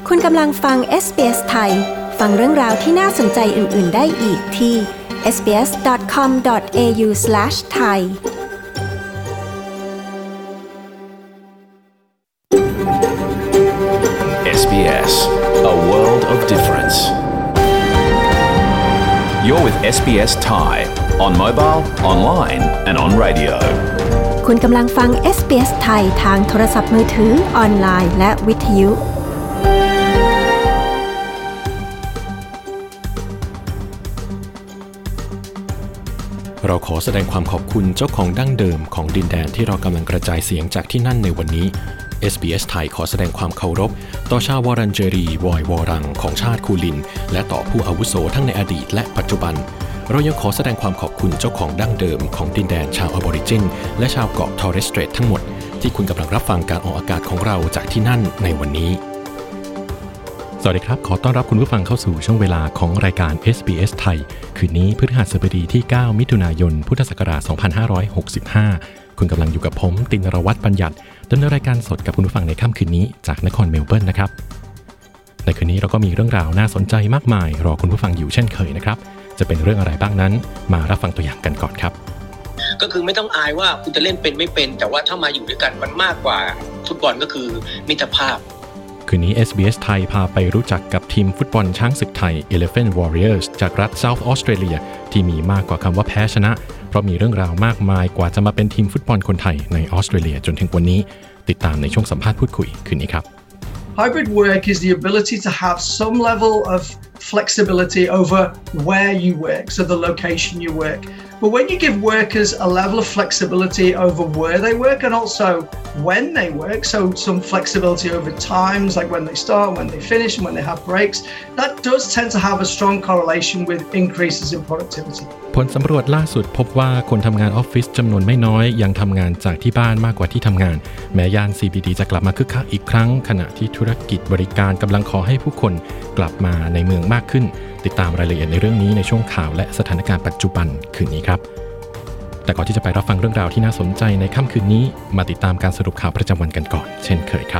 คุณกำลังฟัง SBS ไทยฟังเรื่องราวที่น่าสนใจอื่นๆได้อีกที่ sbs.com.au/thai SBS, a world of difference. You're with SBS Thai on mobile, online and on radio. คุณกำลังฟัง SBS ไทยทางโทรศัพท์มือถือออนไลน์และวิทยุเราขอแสดงความขอบคุณเจ้าของดั้งเดิมของดินแดนที่เรากำลังกระจายเสียงจากที่นั่นในวันนี้ SBS ไทยขอแสดงความเคารพต่อชาววอรันเจรีวอยวอรังของชาติคูลินและต่อผู้อาวุโสทั้งในอดีตและปัจจุบันเรายังขอแสดงความขอบคุณเจ้าของดั้งเดิมของดินแดนชาวออริจินและชาวเกาะทอร์เรสสเตรททั้งหมดที่คุณกำลังรับฟังการออกอากาศของเราจากที่นั่นในวันนี้สวัสดีครับขอต้อนรับคุณผู้ฟังเข้าสู่ช่วงเวลาของรายการ SBS ไทยคืนนี้พฤหัสบดีที่9มิถุนายนพุทธศักราช2565คุณกำลังอยู่กับผมตินรวัฒน์ปัญญัติดำเนินรายการสดกับคุณผู้ฟังในค่ำคืนนี้จากนครเมลเบิร์นนะครับในคืนนี้เราก็มีเรื่องราวน่าสนใจมากมายรอคุณผู้ฟังอยู่เช่นเคยนะครับจะเป็นเรื่องอะไรบ้างนั้นมารับฟังตัวอย่างกันก่อนครับก็คือไม่ต้องอายว่าคุณจะเล่นเป็นไม่เป็นแต่ว่าถ้ามาอยู่ด้วยกันมันมากกว่าฟุตบอลก็คือมิตรภาพคืนนี้ SBS ไทยพาไปรู้จักกับทีมฟุตบอลช้างศึกไทย Elephant Warriors จากรัฐ South Australia ที่มีมากกว่าคำว่าแพ้ชนะเพราะมีเรื่องราวมากมายกว่าจะมาเป็นทีมฟุตบอลคนไทยในออสเตรเลียจนถึงวันนี้ติดตามในช่วงสัมภาษณ์พูดคุยคืนนี้ครับ Hybrid work is the ability to have some level of flexibility over where you work, so the location you work. But when you give workers a level of flexibility over where they work and also when they work, so some flexibility over times, like when they start, when they finish, and when they have breaks, that does tend to have a strong correlation with increases in productivity. ผลสำรวจล่าสุดพบว่าคนทำงานออฟฟิศจำนวนไม่น้อยยังทำงานจากที่บ้านมากกว่าที่ทำงานแม้ย่าน CBD จะกลับมาคึกคักอีกครั้งขณะที่ธุรกิจบริการกำลังขอให้ผู้คนกลับมาในเมืองมากขึ้นติดตามรายละเอียดในเรื่องนี้ในช่วงข่าวและสถานการณ์ปัจจุบันคืนนี้ครับแต่ก่อนที่จะไปรับฟังเรื่องราวที่น่าสนใจในค่ำคืนนี้มาติดตามการสรุปข่าวประจำวันกันก่อนเช่นเคยครับ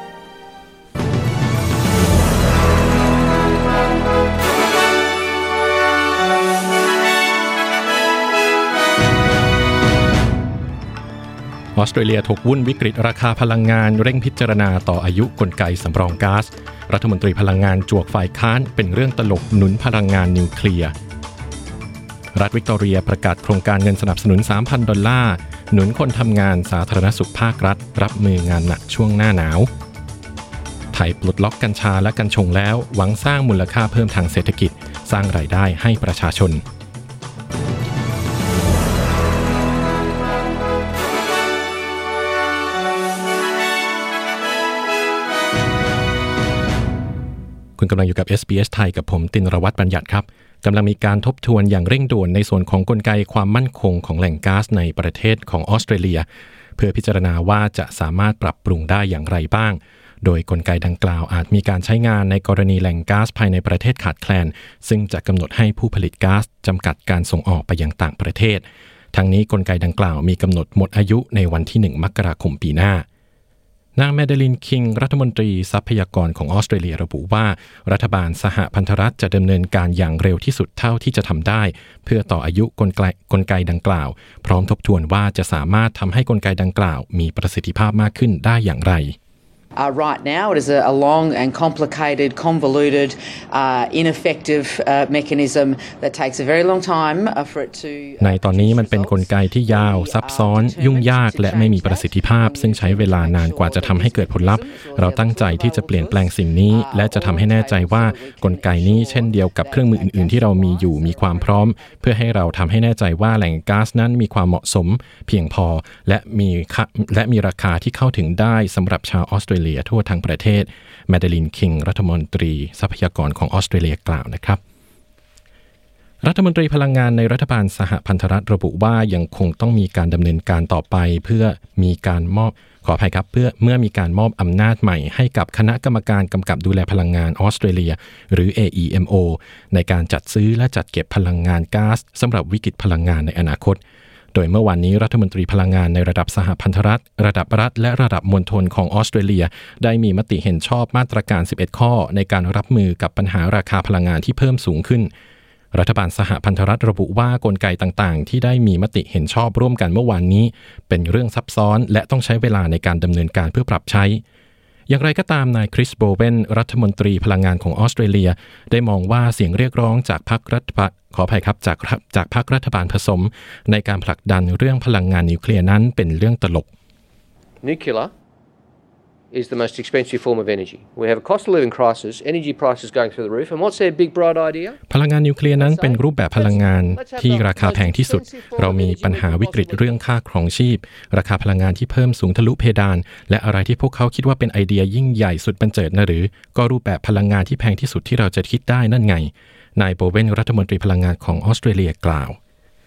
ออสเตรเลียถกวุ่นวิกฤตราคาพลังงานเร่งพิจารณาต่ออายุกลไกสำรองก๊าซรัฐมนตรีพลังงานจวกฝ่ายค้านเป็นเรื่องตลกหนุนพลังงานนิวเคลียร์รัฐวิกตอเรียประกาศโครงการเงินสนับสนุน $3,000 หนุนคนทำงานสาธารณสุขภาครัฐรับมืองานหนักช่วงหน้าหนาวไทยปลดล็อกกัญชาและกัญชงแล้วหวังสร้างมูลค่าเพิ่มทางเศรษฐกิจสร้างรายได้ให้ประชาชนคุณกำลังอยู่กับ SBS ไทยกับผมตินรวัฒน์ปัญญัติครับกำลังมีการทบทวนอย่างเร่งด่วนในส่วนของกลไกความมั่นคงของแหล่งก๊าซในประเทศของออสเตรเลียเพื่อพิจารณาว่าจะสามารถปรับปรุงได้อย่างไรบ้างโดยกลไกดังกล่าวอาจมีการใช้งานในกรณีแหล่งก๊าซภายในประเทศขาดแคลนซึ่งจะกำหนดให้ผู้ผลิตก๊าซจำกัดการส่งออกไปยังต่างประเทศทั้งนี้กลไกดังกล่าวมีกำหนดหมดอายุในวันที่1 มกราคมปีหน้านางแมเดลินคิงรัฐมนตรีทรัพยากรของออสเตรเลียระบุว่ารัฐบาลสหพันธรัฐจะดำเนินการอย่างเร็วที่สุดเท่าที่จะทำได้เพื่อต่ออายุกลไกดังกล่าวพร้อมทบทวนว่าจะสามารถทำให้กลไกดังกล่าวมีประสิทธิภาพมากขึ้นได้อย่างไร Right now, it is a long and complicated, convoluted, ineffective mechanism that takes a very long time for it to. ในตอนนี้มันเป็นกลไกที่ยาวซับซ้อนยุ่งยากและไม่มีประสิทธิภาพซึ่งใช้เวลานานกว่าจะทำให้เกิดผลลัพธ์เราตั้งใจที่จะเปลี่ยนแปลงสิ่งนี้และจะทำให้แน่ใจว่ากลไกนี้เช่นเดียวกับเครื่องมืออื่นๆที่เรามีอยู่มีความพร้อมเพื่อให้เราทำให้แน่ใจว่าแหล่งก๊าซนั้นมีความเหมาะสมเพียงพอและมีราคาที่เข้าถึงได้สำหรับชาวออสเตรเลียทั่วทั้งประเทศแมเดลินคิงรัฐมนตรีทรัพยากรของออสเตรเลียกล่าวนะครับรัฐมนตรีพลังงานในรัฐบาลสหพันธรัฐระบุว่ายังคงต้องมีการดำเนินการต่อไปเพื่อมีการมอบเมื่อมีการมอบอำนาจใหม่ให้กับคณะกรรมการกำกับดูแลพลังงานออสเตรเลียหรือ AEMO ในการจัดซื้อและจัดเก็บพลังงานก๊าซสำหรับวิกฤตพลังงานในอนาคตโโดยเมื่อวานนี้รัฐมนตรีพลังงานในระดับสหพันธรัฐระดับรัฐและระดับมณฑลของออสเตรเลียได้มีมติเห็นชอบมาตรการ11ข้อในการรับมือกับปัญหาราคาพลังงานที่เพิ่มสูงขึ้นรัฐบาลสหพันธรัฐระบุว่ากลไกต่างๆที่ได้มีมติเห็นชอบร่วมกันเมื่อวานนี้เป็นเรื่องซับซ้อนและต้องใช้เวลาในการดำเนินการเพื่อปรับใช้อย่างไรก็ตามนายคริสโบเวนรัฐมนตรีพลังงานของออสเตรเลียได้มองว่าเสียงเรียกร้องจากพรรคจากพรรครัฐบาลผสมในการผลักดันเรื่องพลังงานนิวเคลียร์นั้นเป็นเรื่องตลก Nuclear is the most expensive form of energy. We have a cost of living crisis, energy prices going through the roof, and what's their big bright idea? พลังงานนิวเคลียร์นั้นเป็นรูปแบบพลังงานที่ราคาแพงที่สุดเรามีปัญหาวิกฤตเรื่องค่าครองชีพราคาพลังงานที่เพิ่มสูงทะลุเพดานและอะไรที่พวกเขาคิดว่าเป็นไอเดียยิ่งใหญ่สุดบันเจิดนะหรือก็รูปแบบพลังงานที่แพงที่สุดที่เราจะคิดได้นั่นไงนายโบเวนรัฐมนตรีพลังงานของออสเตรเลียกล่าว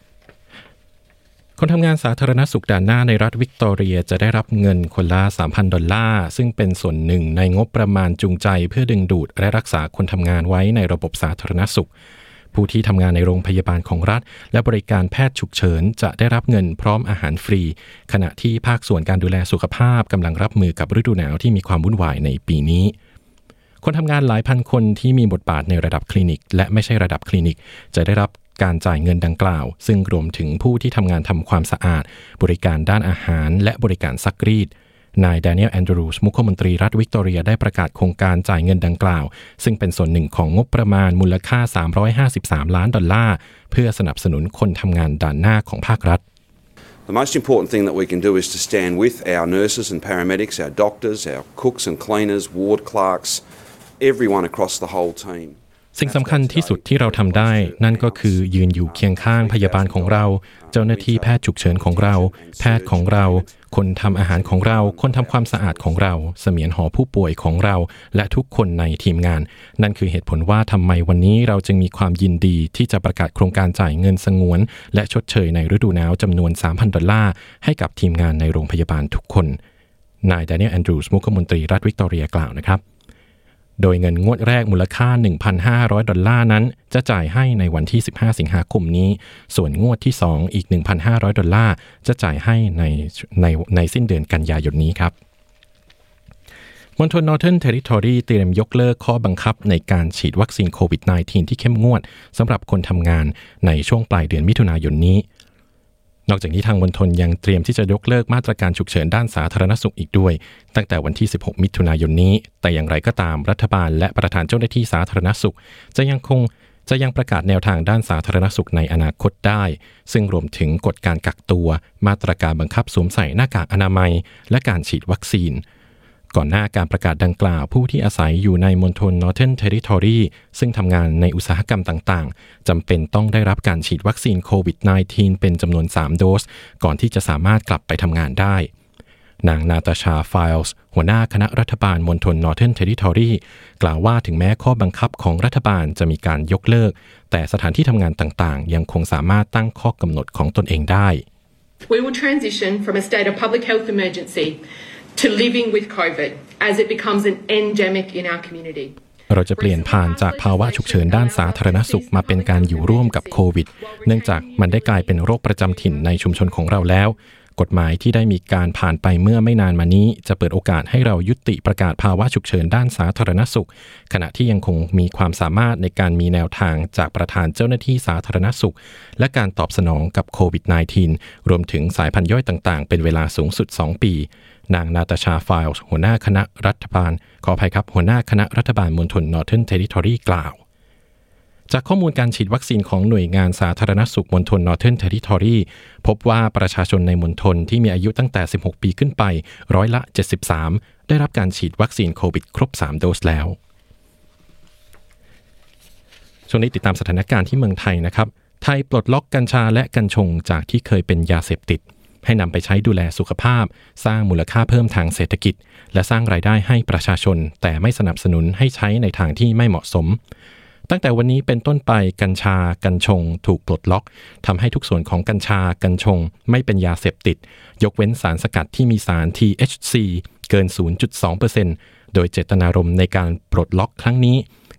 คนทำงานสาธารณสุขด่านหน้าในรัฐวิกตอเรียจะได้รับเงินคนละ $3,000 ซึ่งเป็นส่วนหนึ่งในงบประมาณจูงใจเพื่อดึงดูดและรักษาคนทำงานไว้ในระบบสาธารณสุขผู้ที่ทำงานในโรงพยาบาลของรัฐและบริการแพทย์ฉุกเฉินจะได้รับเงินพร้อมอาหารฟรีขณะที่ภาคส่วนการดูแลสุขภาพกำลังรับมือกับฤดูหนาวที่มีความวุ่นวายในปีนี้คนทำงานหลายพันคนที่มีบทบาทในระดับคลินิกและไม่ใช่ระดับคลินิกจะได้รับการจ่ายเงินดังกล่าวซึ่งรวมถึงผู้ที่ทำงานทำความสะอาดบริการด้านอาหารและบริการซักรีดนายแดเนียลแอนดรูสมุขมนตรีรัฐวิกตอเรียได้ประกาศโครงการจ่ายเงินดังกล่าวซึ่งเป็นส่วนหนึ่งของงบประมาณมูลค่า$353 ล้านเพื่อสนับสนุนคนทำงานด่านหน้าของภาครัฐ The most important thing that we can do is to stand with our nurses and paramedics, our doctors, our cooks and cleaners, ward clerks, everyone across the whole team. สิ่งสำคัญที่สุดที่เราทำได้นั่นก็คือยืนอยู่เคียงข้างพยาบาลของเราเจ้าหน้าที่แพทย์ฉุกเฉินของเราแพทย์ของเราคนทำอาหารของเราคนทำความสะอาดของเราเสมียนหอผู้ป่วยของเราและทุกคนในทีมงานนั่นคือเหตุผลว่าทำไมวันนี้เราจึงมีความยินดีที่จะประกาศโครงการจ่ายเงินสงวนและชดเชยในฤดูหนาวจำนวน$3,000ให้กับทีมงานในโรงพยาบาลทุกคนนายแดเนียลแอนดรูสมุขมนตรีรัฐวิกตอเรียกล่าวนะครับโดยเงินงวดแรกมูลค่า$1,500นั้นจะจ่ายให้ในวันที่15สิงหาคมนี้ส่วนงวดที่2อีก$1,500จะจ่ายให้ในสิ้นเดือนกันยายนนี้ครับมณฑล Northern Territory เตรียมยกเลิกข้อบังคับในการฉีดวัคซีนโควิด -19 ที่เข้มงวดสำหรับคนทำงานในช่วงปลายเดือนมิถุนายนนี้นอกจากนี้ทางมณฑลยังเตรียมที่จะยกเลิกมาตรการฉุกเฉินด้านสาธารณสุขอีกด้วยตั้งแต่วันที่16มิถุนายนนี้แต่อย่างไรก็ตามรัฐบาลและประธานเจ้าหน้าที่สาธารณสุขจะยังประกาศแนวทางด้านสาธารณสุขในอนาคตได้ซึ่งรวมถึงกฎการกักตัวมาตรการบังคับสวมใส่หน้ากากอนามัยและการฉีดวัคซีนก่อนหน้าการประกาศดังกล่าวผู้ที่อาศัยอยู่ในมณฑล Northern Territory ซึ่งทำงานในอุตสาหกรรมต่างๆจำเป็นต้องได้รับการฉีดวัคซีนโควิด -19 เป็นจำนวน3โดสก่อนที่จะสามารถกลับไปทำงานได้นางนาตาชาไฟลส์หัวหน้าคณะรัฐบาลมณฑล Northern Territory กล่าวว่าถึงแม้ข้อบังคับของรัฐบาลจะมีการยกเลิกแต่สถานที่ทำงานต่างๆยังคงสามารถตั้งข้อกำหนดของตนเองได้ We will transition from a state of public health emergency to living with COVID as it becomes an endemic in our community. เราจะเปลี่ยนผ่านจากภาวะฉุกเฉินด้านสาธารณสุขมาเป็นการอยู่ร่วมกับโควิดเนื่องจากมันได้กลายเป็นโรคประจำถิ่นในชุมชนของเราแล้วกฎหมายที่ได้มีการผ่านไปเมื่อไม่นานมานี้จะเปิดโอกาสให้เรายุติประกาศภาวะฉุกเฉินด้านสาธารณสุขขณะที่ยังคงมีความสามารถในการมีแนวทางจากประธานเจ้าหน้าที่สาธารณสุขและการตอบสนองกับโควิด -19 รวมถึงสายพันธุ์ย่อยต่างๆเป็นเวลาสูงสุด2ปีนางนาตาชาไฟลส์หัวหน้าคณะรัฐบาลหัวหน้าคณะรัฐบาลมณฑล Northern Territory กล่าวจากข้อมูลการฉีดวัคซีนของหน่วยงานสาธารณสุขมณฑล Northern Territory พบว่าประชาชนในมณฑลที่มีอายุตั้งแต่16ปีขึ้นไป73%ได้รับการฉีดวัคซีนโควิดครบ3โดสแล้วช่วงนี้ติดตามสถานการณ์ที่เมืองไทยนะครับไทยปลดล็อกกัญชาและกัญชงจากที่เคยเป็นยาเสพติดให้นำไปใช้ดูแลสุขภาพสร้างมูลค่าเพิ่มทางเศรษฐกิจและสร้างรายได้ให้ประชาชนแต่ไม่สนับสนุนให้ใช้ในทางที่ไม่เหมาะสมตั้งแต่วันนี้เป็นต้นไปกัญชากัญชงถูกปลดล็อกทำให้ทุกส่วนของกัญชากัญชงไม่เป็นยาเสพติดยกเว้นสารสกัดที่มีสาร THC เกิน 0.2% โดยเจตนารมณ์ในการปลดล็อกครั้งนี้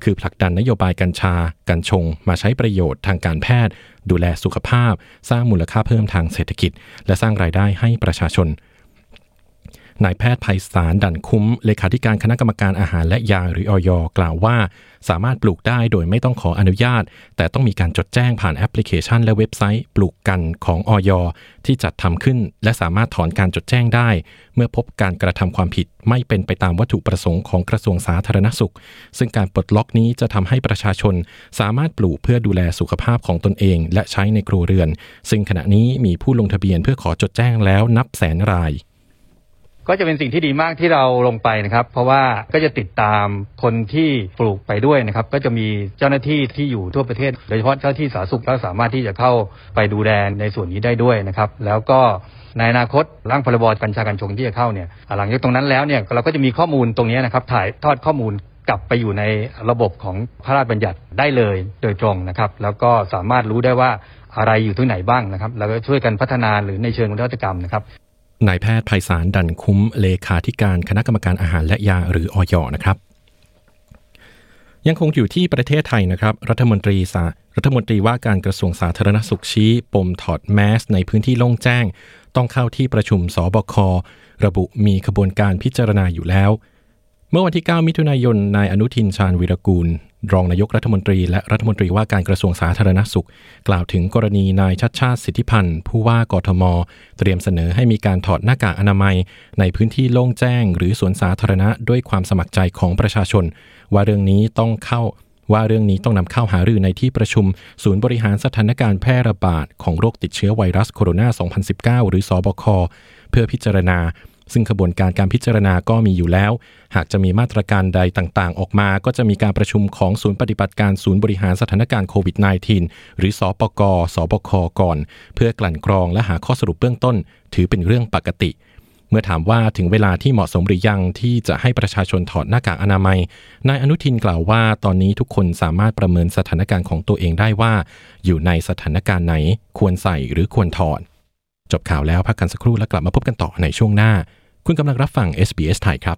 คือผลักดันนโยบายกัญชากัญชงมาใช้ประโยชน์ทางการแพทย์ดูแลสุขภาพสร้างมูลค่าเพิ่มทางเศรษฐกิจและสร้างรายได้ให้ประชาชนนายแพทย์ไพศาลดั่นคุ้มเลขาธิการคณะกรรมการอาหารและยาหรืออย.กล่าวว่าสามารถปลูกได้โดยไม่ต้องขออนุญาตแต่ต้องมีการจดแจ้งผ่านแอปพลิเคชันและเว็บไซต์ปลูกกันของอย.ที่จัดทำขึ้นและสามารถถอนการจดแจ้งได้เมื่อพบการกระทำความผิดไม่เป็นไปตามวัตถุประสงค์ของกระทรวงสาธารณสุขซึ่งการปลดล็อกนี้จะทำให้ประชาชนสามารถปลูกเพื่อดูแลสุขภาพของตนเองและใช้ในครัวเรือนซึ่งขณะนี้มีผู้ลงทะเบียนเพื่อขอจดแจ้งแล้วนับแสนรายก็จะเป็นสิ่งที่ดีมากที่เราลงไปนะครับเพราะว่าก็จะติดตามคนที่ปลูกไปด้วยนะครับก็จะมีเจ้าหน้าที่ที่อยู่ทั่วประเทศโดยเฉพาะเจ้าหน้าที่สาธารณสุขก็สามารถที่จะเข้าไปดูแลในส่วนนี้ได้ด้วยนะครับแล้วก็ในอนาคตร่างพรบกัญชากัญชงที่จะเข้าเนี่ยหลังจากตรงนั้นแล้วเนี่ยเราก็จะมีข้อมูลตรงนี้นะครับถ่ายทอดข้อมูลกลับไปอยู่ในระบบของพระราชบัญญัติได้เลยโดยตรงนะครับแล้วก็สามารถรู้ได้ว่าอะไรอยู่ที่ไหนบ้างนะครับแล้วก็ช่วยกันพัฒนาหรือในเชิงนวัตกรรมนะครับนายแพทย์ไพศาลดั่นคุ้มเลขาธิการคณะกรรมการอาหารและยาหรืออย.นะครับยังคงอยู่ที่ประเทศไทยนะครับรัฐมนตรีว่าการกระทรวงสาธารณสุขชี้ปมถอดแมสในพื้นที่โล่งแจ้งต้องเข้าที่ประชุมสบคระบุมีขบวนการพิจารณาอยู่แล้วเมื่อวันที่9มิถุนายนนายอนุทินชาญวีรกูลรองนายกรัฐมนตรีและรัฐมนตรีว่าการกระทรวงสาธารณสุขกล่าวถึงกรณีนายชัชชาติสิทธิพันธ์ผู้ว่ากทม.เตรียมเสนอให้มีการถอดหน้ากากอนามัยในพื้นที่โล่งแจ้งหรือสวนสาธารณะด้วยความสมัครใจของประชาชนว่าเรื่องนี้ต้องนำเข้าหารือในที่ประชุมศูนย์บริหารสถานการณ์แพร่ระบาดของโรคติดเชื้อไวรัสโคโรนา2019หรือสบคเพื่อพิจารณาซึ่งขบวนการพิจารณาก็มีอยู่แล้วหากจะมีมาตรการใดต่างๆออกมาก็จะมีการประชุมของศูนย์ปฏิบัติการศูนย์บริหารสถานการณ์โควิด -19 หรือสปก.สบค.ก่อนเพื่อกลั่นกรองและหาข้อสรุปเบื้องต้นถือเป็นเรื่องปกติเมื่อถามว่าถึงเวลาที่เหมาะสมหรือยังที่จะให้ประชาชนถอดหน้ากากอนามัยนายอนุทินกล่าวว่าตอนนี้ทุกคนสามารถประเมินสถานการณ์ของตัวเองได้ว่าอยู่ในสถานการณ์ไหนควรใส่หรือควรถอดจบข่าวแล้วพักกันสักครู่แล้วกลับมาพบกันต่อในช่วงหน้าคุณกำลังรับฟัง SBS ไทยครับ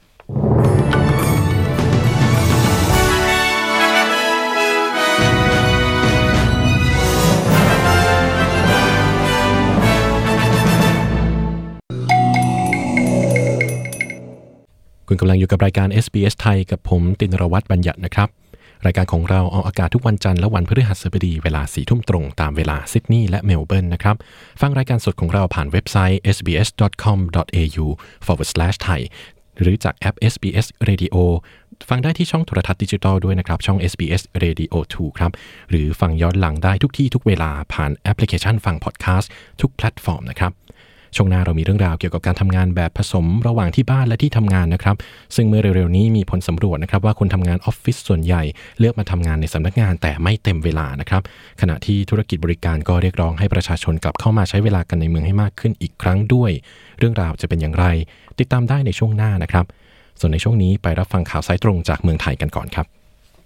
คุณกำลังอยู่กับรายการ SBS ไทยกับผมตินรวัฒน์บัญญัตินะครับรายการของเราออกอากาศทุกวันจันทร์และวันพฤหัสบดีเวลา 4 ทุ่มตรงตามเวลาซิดนีย์และเมลเบิร์นนะครับฟังรายการสดของเราผ่านเว็บไซต์ sbs.com.au/thai หรือจากแอป SBS Radio ฟังได้ที่ช่องโทรทัศน์ดิจิทัลด้วยนะครับช่อง SBS Radio 2 ครับหรือฟังย้อนหลังได้ทุกที่ทุกเวลาผ่านแอปพลิเคชันฟังพอดแคสต์ทุกแพลตฟอร์มนะครับช่วงหน้าเรามีเรื่องราวเกี่ยวกับการทำงานแบบผสมระหว่างที่บ้านและที่ทำงานนะครับซึ่งเมื่อเร็วๆนี้มีผลสำรวจนะครับว่าคนทำงานออฟฟิศส่วนใหญ่เลือกมาทำงานในสำนักงานแต่ไม่เต็มเวลานะครับขณะที่ธุรกิจบริการก็เรียกร้องให้ประชาชนกลับเข้ามาใช้เวลากันในเมืองให้มากขึ้นอีกครั้งด้วยเรื่องราวจะเป็นอย่างไรติดตามได้ในช่วงหน้านะครับส่วนในช่วงนี้ไปรับฟังข่าวสายตรงจากเมืองไทยกันก่อนครับ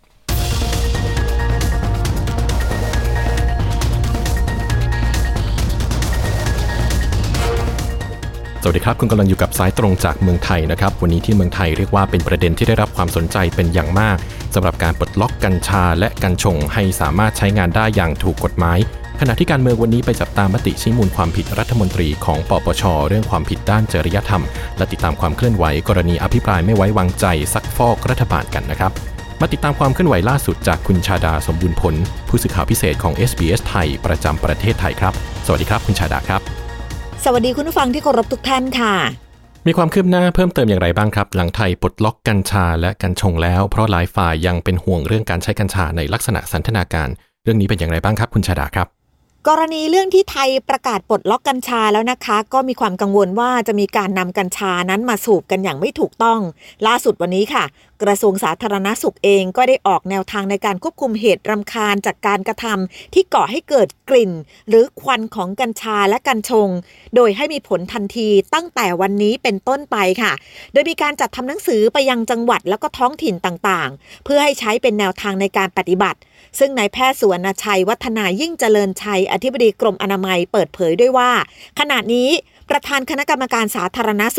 สวัสดีครับคุณกำลังอยู่กับสายตรงจากเมืองไทยนะครับวันนี้ที่เมืองไทยเรียกว่าเป็นประเด็นที่ได้รับความสนใจเป็นอย่างมากสำหรับการปลดล็อกกัญชาและกัญชงให้สามารถใช้งานได้อย่างถูกกฎหมายขณะที่การเมืองวันนี้ไปจับตามมติชี้มูลความผิดรัฐมนตรีของปปช.เรื่องความผิดด้านจริยธรรมและติดตามความเคลื่อนไหวกรณีอภิปรายไม่ไว้วางใจซักฟอกรัฐบาลกันนะครับมาติดตามความเคลื่อนไหวล่าสุดจากคุณชาดาสมบูรณ์ผลผู้สื่อข่าวพิเศษของ SBS ไทยประจำประเทศไทยครับสวัสดีครับคุณชาดาครับสวัสดีคุณผู้ฟังที่เคารพทุกท่านค่ะมีความคืบหน้าเพิ่มเติมอย่างไรบ้างครับหลังไทยปลดล็อกกัญชาและกัญชงแล้วเพราะหลายฝ่ายยังเป็นห่วงเรื่องการใช้กัญชาในลักษณะสันทนาการเรื่องนี้เป็นอย่างไรบ้างครับคุณชาดาครับกรณีเรื่องที่ไทยประกาศปลดล็อกกัญชาแล้วนะคะก็มีความกังวลว่าจะมีการนำกัญชานั้นมาสูบกันอย่างไม่ถูกต้องล่าสุดวันนี้ค่ะกระทรวงสาธารณสุขเองก็ได้ออกแนวทางในการควบคุมเหตุรำคาญจากการกระทำที่ก่อให้เกิดกลิ่นหรือควันของกัญชาและกัญชงโดยให้มีผลทันทีตั้งแต่วันนี้เป็นต้นไปค่ะโดยมีการจัดทำหนังสือไปยังจังหวัดแล้วก็ท้องถิ่นต่างๆเพื่อให้ใช้เป็นแนวทางในการปฏิบัติซึ่งนายแพทย์สุวรรณชัยวัฒนายิ่งเจริญชัยอธิบดีกรมอนามัยเปิดเผยด้วยว่าขณะนี้ประธานคณะกรรมการสาธารณสุข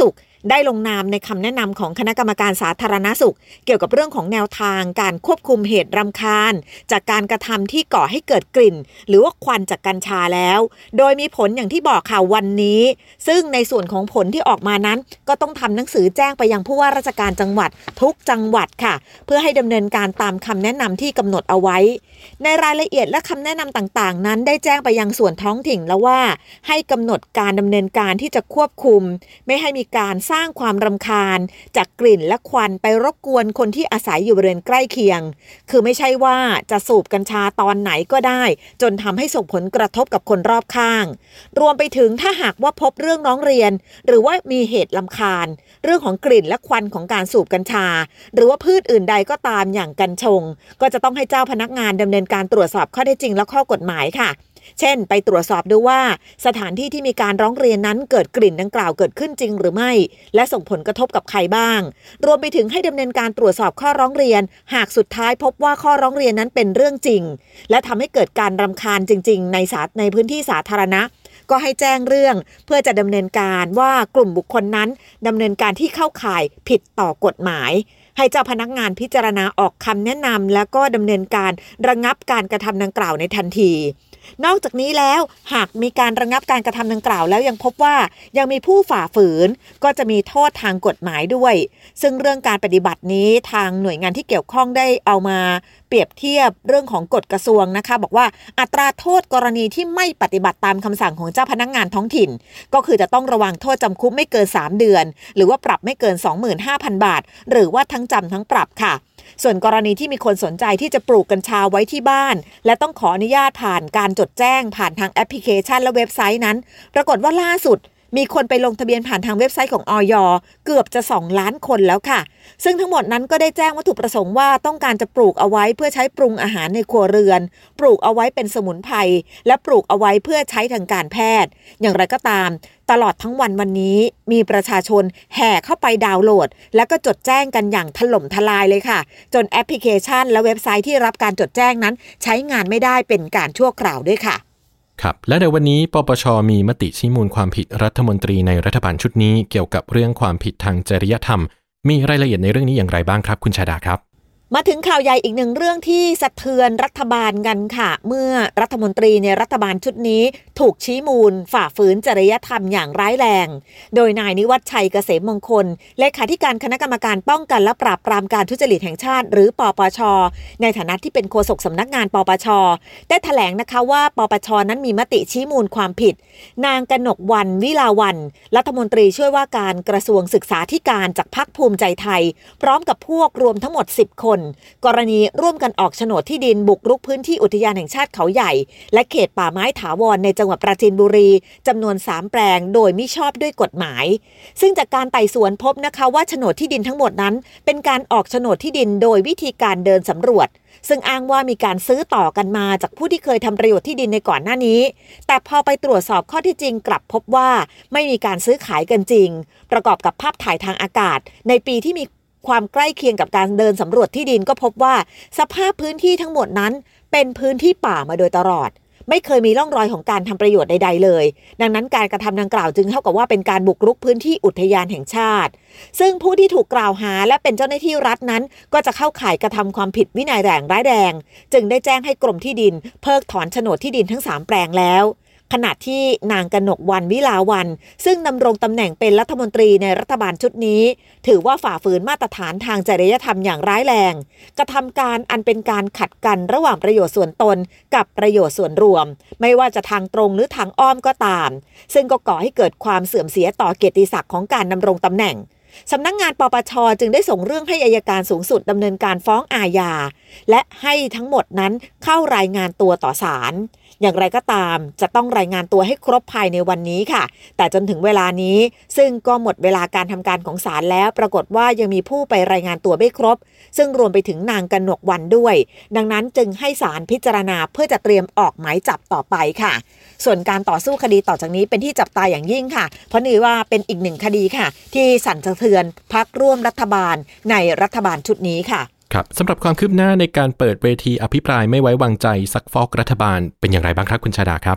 ได้ลงนามในคำแนะนำของคณะกรรมการสาธารณสุขเกี่ยวกับเรื่องของแนวทางการควบคุมเหตุรำคาญจากการกระทำที่ก่อให้เกิดกลิ่นหรือว่าควันจากกัญชาแล้วโดยมีผลอย่างที่บอกค่ะวันนี้ซึ่งในส่วนของผลที่ออกมานั้นก็ต้องทำหนังสือแจ้งไปยังผู้ว่าราชการจังหวัดทุกจังหวัดค่ะเพื่อให้ดำเนินการตามคำแนะนำที่กำหนดเอาไว้ในรายละเอียดและคำแนะนำต่างๆนั้นได้แจ้งไปยังส่วนท้องถิ่นแล้วว่าให้กำหนดการดำเนินการที่จะควบคุมไม่ให้มีการสร้างความรำคาญจากกลิ่นและควันไปรบกวนคนที่อาศัยอยู่บริเวณใกล้เคียงคือไม่ใช่ว่าจะสูบกัญชาตอนไหนก็ได้จนทำให้ส่งผลกระทบกับคนรอบข้างรวมไปถึงถ้าหากว่าพบเรื่องร้องเรียนหรือว่ามีเหตุรำคาญเรื่องของกลิ่นและควันของการสูบกัญชาหรือว่าพืชอื่นใดก็ตามอย่างกัญชงก็จะต้องให้เจ้าพนักงานดำเนินการตรวจสอบข้อเท็จจริงและข้อกฎหมายค่ะเช่นไปตรวจสอบดูว่าสถานที่ที่มีการร้องเรียนนั้นเกิดกลิ่นดังกล่าวเกิดขึ้นจริงหรือไม่และส่งผลกระทบกับใครบ้างรวมไปถึงให้ดำเนินการตรวจสอบข้อร้องเรียนหากสุดท้ายพบว่าข้อร้องเรียนนั้นเป็นเรื่องจริงและทำให้เกิดการรำคาญจริงๆในพื้นที่สาธารณะก็ให้แจ้งเรื่องเพื่อจะดำเนินการว่ากลุ่มบุคคลนั้นดำเนินการที่เข้าข่ายผิดต่อกฎหมายให้เจ้าพนักงานพิจารณาออกคำแนะนำแล้วก็ดำเนินการระงับการกระทำดังกล่าวในทันทีนอกจากนี้แล้วหากมีการระงับการกระทำดังกล่าวแล้วยังพบว่ายังมีผู้ฝ่าฝืนก็จะมีโทษทางกฎหมายด้วยซึ่งเรื่องการปฏิบัตินี้ทางหน่วยงานที่เกี่ยวข้องได้เอามาเปรียบเทียบเรื่องของกฎกระทรวงนะคะบอกว่าอัตราโทษกรณีที่ไม่ปฏิบัติตามคำสั่งของเจ้าพนักงานท้องถิ่นก็คือจะต้องระวังโทษจำคุกไม่เกิน3เดือนหรือว่าปรับไม่เกิน 25,000 บาทหรือว่าทั้งจำทั้งปรับค่ะส่วนกรณีที่มีคนสนใจที่จะปลูกกัญชาไว้ที่บ้านและต้องขออนุญาตผ่านการจดแจ้งผ่านทางแอปพลิเคชันและเว็บไซต์นั้นปรากฏว่าล่าสุดมีคนไปลงทะเบียนผ่านทางเว็บไซต์ของอย.เกือบจะ2 ล้านคนแล้วค่ะซึ่งทั้งหมดนั้นก็ได้แจ้งวัตถุประสงค์ว่าต้องการจะปลูกเอาไว้เพื่อใช้ปรุงอาหารในครัวเรือนปลูกเอาไว้เป็นสมุนไพรและปลูกเอาไว้เพื่อใช้ทางการแพทย์อย่างไรก็ตามตลอดทั้งวันนี้มีประชาชนแห่เข้าไปดาวน์โหลดแล้วก็จดแจ้งกันอย่างถล่มทลายเลยค่ะจนแอปพลิเคชันและเว็บไซต์ที่รับการจดแจ้งนั้นใช้งานไม่ได้เป็นการชั่วคราวด้วยค่ะครับและในวันนี้ปปช.มีมติชี้มูลความผิดรัฐมนตรีในรัฐบาลชุดนี้เกี่ยวกับเรื่องความผิดทางจริยธรรมมีรายละเอียดในเรื่องนี้อย่างไรบ้างครับคุณชาดาครับมาถึงข่าวใหญ่อีกหนึ่งเรื่องที่สะเทือนรัฐบาลกันค่ะเมื่อรัฐมนตรีในรัฐบาลชุดนี้ถูกชี้มูลฝ่าฝืนจริยธรรมอย่างร้ายแรงโดยนายนิวัฒน์ชัยเกษมมงคลเลขาธิการคณะกรรมการป้องกันและปราบปรามการทุจริตแห่งชาติหรือปปช.ในฐานะที่เป็นโฆษกสำนักงานปปช.ได้แถลงนะคะว่าปปช.นั้นมีมติชี้มูลความผิดนางกนกวรรณ วิลาวัลย์รัฐมนตรีช่วยว่าการกระทรวงศึกษาธิการจากพรรคภูมิใจไทยพร้อมกับพวกรวมทั้งหมด10 คนกรณีร่วมกันออกโฉนดที่ดินบุกรุกพื้นที่อุทยานแห่งชาติเขาใหญ่และเขตป่าไม้ถาวรในจังหวัดปราจีนบุรีจำนวน3 แปลงโดยมิชอบด้วยกฎหมายซึ่งจากการไต่สวนพบนะคะว่าโฉนดที่ดินทั้งหมดนั้นเป็นการออกโฉนดที่ดินโดยวิธีการเดินสำรวจซึ่งอ้างว่ามีการซื้อต่อกันมาจากผู้ที่เคยทำประโยชน์ที่ดินในก่อนหน้านี้แต่พอไปตรวจสอบข้อเท็จจริงกลับพบว่าไม่มีการซื้อขายกันจริงประกอบกับภาพถ่ายทางอากาศในปีที่มีความใกล้เคียงกับการเดินสำรวจที่ดินก็พบว่าสภาพพื้นที่ทั้งหมดนั้นเป็นพื้นที่ป่ามาโดยตลอดไม่เคยมีร่องรอยของการทำประโยชน์ใดๆเลยดังนั้นการกระทำดังกล่าวจึงเท่ากับว่าเป็นการบุกรุกพื้นที่อุทยานแห่งชาติซึ่งผู้ที่ถูกกล่าวหาและเป็นเจ้าหน้าที่รัฐนั้นก็จะเข้าข่ายกระทำความผิดวินัยร้ายแรงจึงได้แจ้งให้กรมที่ดินเพิกถอนโฉนดที่ดินทั้ง3 แปลงแล้วขณะที่นางกนกวรรณ วิลาวัลย์ซึ่งดำรงตำแหน่งเป็นรัฐมนตรีในรัฐบาลชุดนี้ถือว่าฝ่าฝืนมาตรฐานทางจริยธรรมอย่างร้ายแรงกระทำการอันเป็นการขัดกันระหว่างประโยชน์ส่วนตนกับประโยชน์ส่วนรวมไม่ว่าจะทางตรงหรือทางอ้อมก็ตามซึ่งก็ก่อให้เกิดความเสื่อมเสียต่อเกียรติศักดิ์ของการดำรงตำแหน่งสำนักงานปปช.จึงได้ส่งเรื่องให้อัยการสูงสุดดำเนินการฟ้องอาญาและให้ทั้งหมดนั้นเข้ารายงานตัวต่อศาลอย่างไรก็ตามจะต้องรายงานตัวให้ครบภายในวันนี้ค่ะแต่จนถึงเวลานี้ซึ่งก็หมดเวลาการทำการของศาลแล้วปรากฏว่ายังมีผู้ไปรายงานตัวไม่ครบซึ่งรวมไปถึงนางกนกวรรณด้วยดังนั้นจึงให้ศาลพิจารณาเพื่อจะเตรียมออกหมายจับต่อไปค่ะส่วนการต่อสู้คดีต่อจากนี้เป็นที่จับตาอย่างยิ่งค่ะเพราะนี่ว่าเป็นอีกหนึ่งคดีค่ะที่สั่นสะเทือนพรรคร่วมรัฐบาลในรัฐบาลชุดนี้ค่ะครับสำหรับความคืบหน้าในการเปิดเวทีอภิปรายไม่ไว้วางใจซักฟอกรัฐบาลเป็นอย่างไรบ้างครับคุณชาดาครับ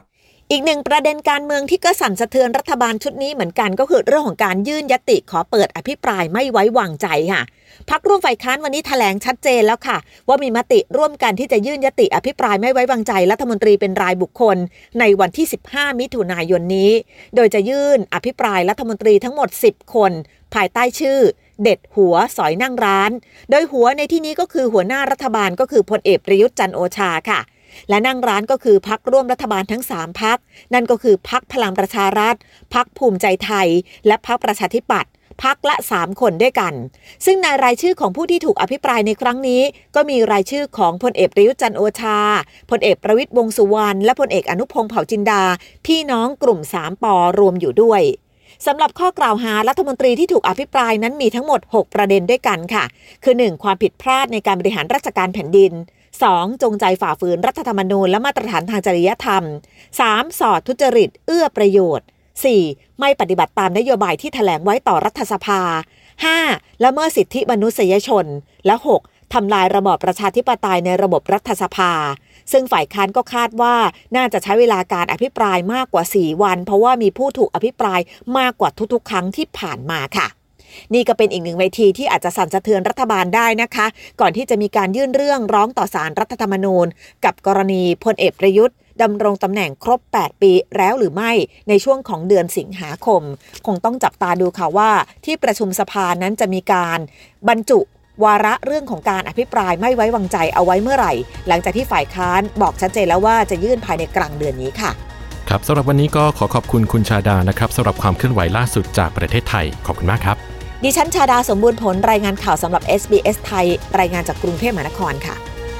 อีกหนึ่งประเด็นการเมืองที่ก็สั่นสะเทือนรัฐบาลชุดนี้เหมือนกันก็คือเรื่องของการยื่นญัตติขอเปิดอภิปรายไม่ไว้วางใจค่ะพรรคร่วมฝ่ายค้านวันนี้แถลงชัดเจนแล้วค่ะว่ามีมติร่วมกันที่จะยื่นญัตติอภิปรายไม่ไว้วางใจรัฐมนตรีเป็นรายบุคคลในวันที่15มิถุนายนนี้โดยจะยื่นอภิปรายรัฐมนตรีทั้งหมด10คนภายใต้ชื่อเด็ดหัวสอยนั่งร้านโดยหัวในที่นี้ก็คือหัวหน้ารัฐบาลก็คือพลเอกประยุทธ์จันทร์โอชาค่ะและนั่งร้านก็คือพรรคร่วมรัฐบาลทั้ง3พรรคนั่นก็คือพรรคพลังประชารัฐพรรคภูมิใจไทยและพรรคประชาธิปัตย์พรรคละ3คนด้วยกันซึ่งในรายชื่อของผู้ที่ถูกอภิปรายในครั้งนี้ก็มีรายชื่อของพลเอกประยุทธ์จันทร์โอชาพลเอกประวิตรวงษ์สุวรรณและพลเอกอนุพงษ์เผ่าจินดาพี่น้องกลุ่ม3ป.รวมอยู่ด้วยสำหรับข้อกล่าวหารัฐมนตรีที่ถูกอภิปรายนั้นมีทั้งหมด6ประเด็นด้วยกันค่ะคือ 1. ความผิดพลาดในการบริหารราชการแผ่นดิน 2. จงใจฝ่าฝืนรัฐธรรมนูญและมาตรฐานทางจริยธรรม 3. ส่อทุจริตเอื้อประโยชน์ 4. ไม่ปฏิบัติตามนโยบายที่แถลงไว้ต่อรัฐสภา 5. ละเมิดสิทธิมนุษยชนและ 6. ทำลายระบอบประชาธิปไตยในระบบรัฐสภาซึ่งฝ่ายค้านก็คาดว่าน่าจะใช้เวลาการอภิปรายมากกว่า4วันเพราะว่ามีผู้ถูกอภิปรายมากกว่าทุกๆครั้งที่ผ่านมาค่ะนี่ก็เป็นอีกหนึ่งเวทีที่อาจจะสั่นสะเทือนรัฐบาลได้นะคะก่อนที่จะมีการยื่นเรื่องร้องต่อศาลรัฐธรรมนูญกับกรณีพลเอกประยุทธ์ดำรงตำแหน่งครบ8ปีแล้วหรือไม่ในช่วงของเดือนสิงหาคมคงต้องจับตาดูค่ะว่าที่ประชุมสภานั้นจะมีการบรรจุวาระเรื่องของการอภิปรายไม่ไว้วางใจเอาไว้เมื่อไหร่หลังจากที่ฝ่ายค้านบอกชัดเจนแล้วว่าจะยื่นภายในกลางเดือนนี้ค่ะครับสำหรับวันนี้ก็ขอขอบคุณคุณชาดานะครับสำหรับความเคลื่อนไหวล่าสุดจากประเทศไทยขอบคุณมากครับดิฉันชาดาสมบูรณ์ผลรายงานข่าวสำหรับ SBS ไทยรายงานจากกรุงเทพมหานครค่ะ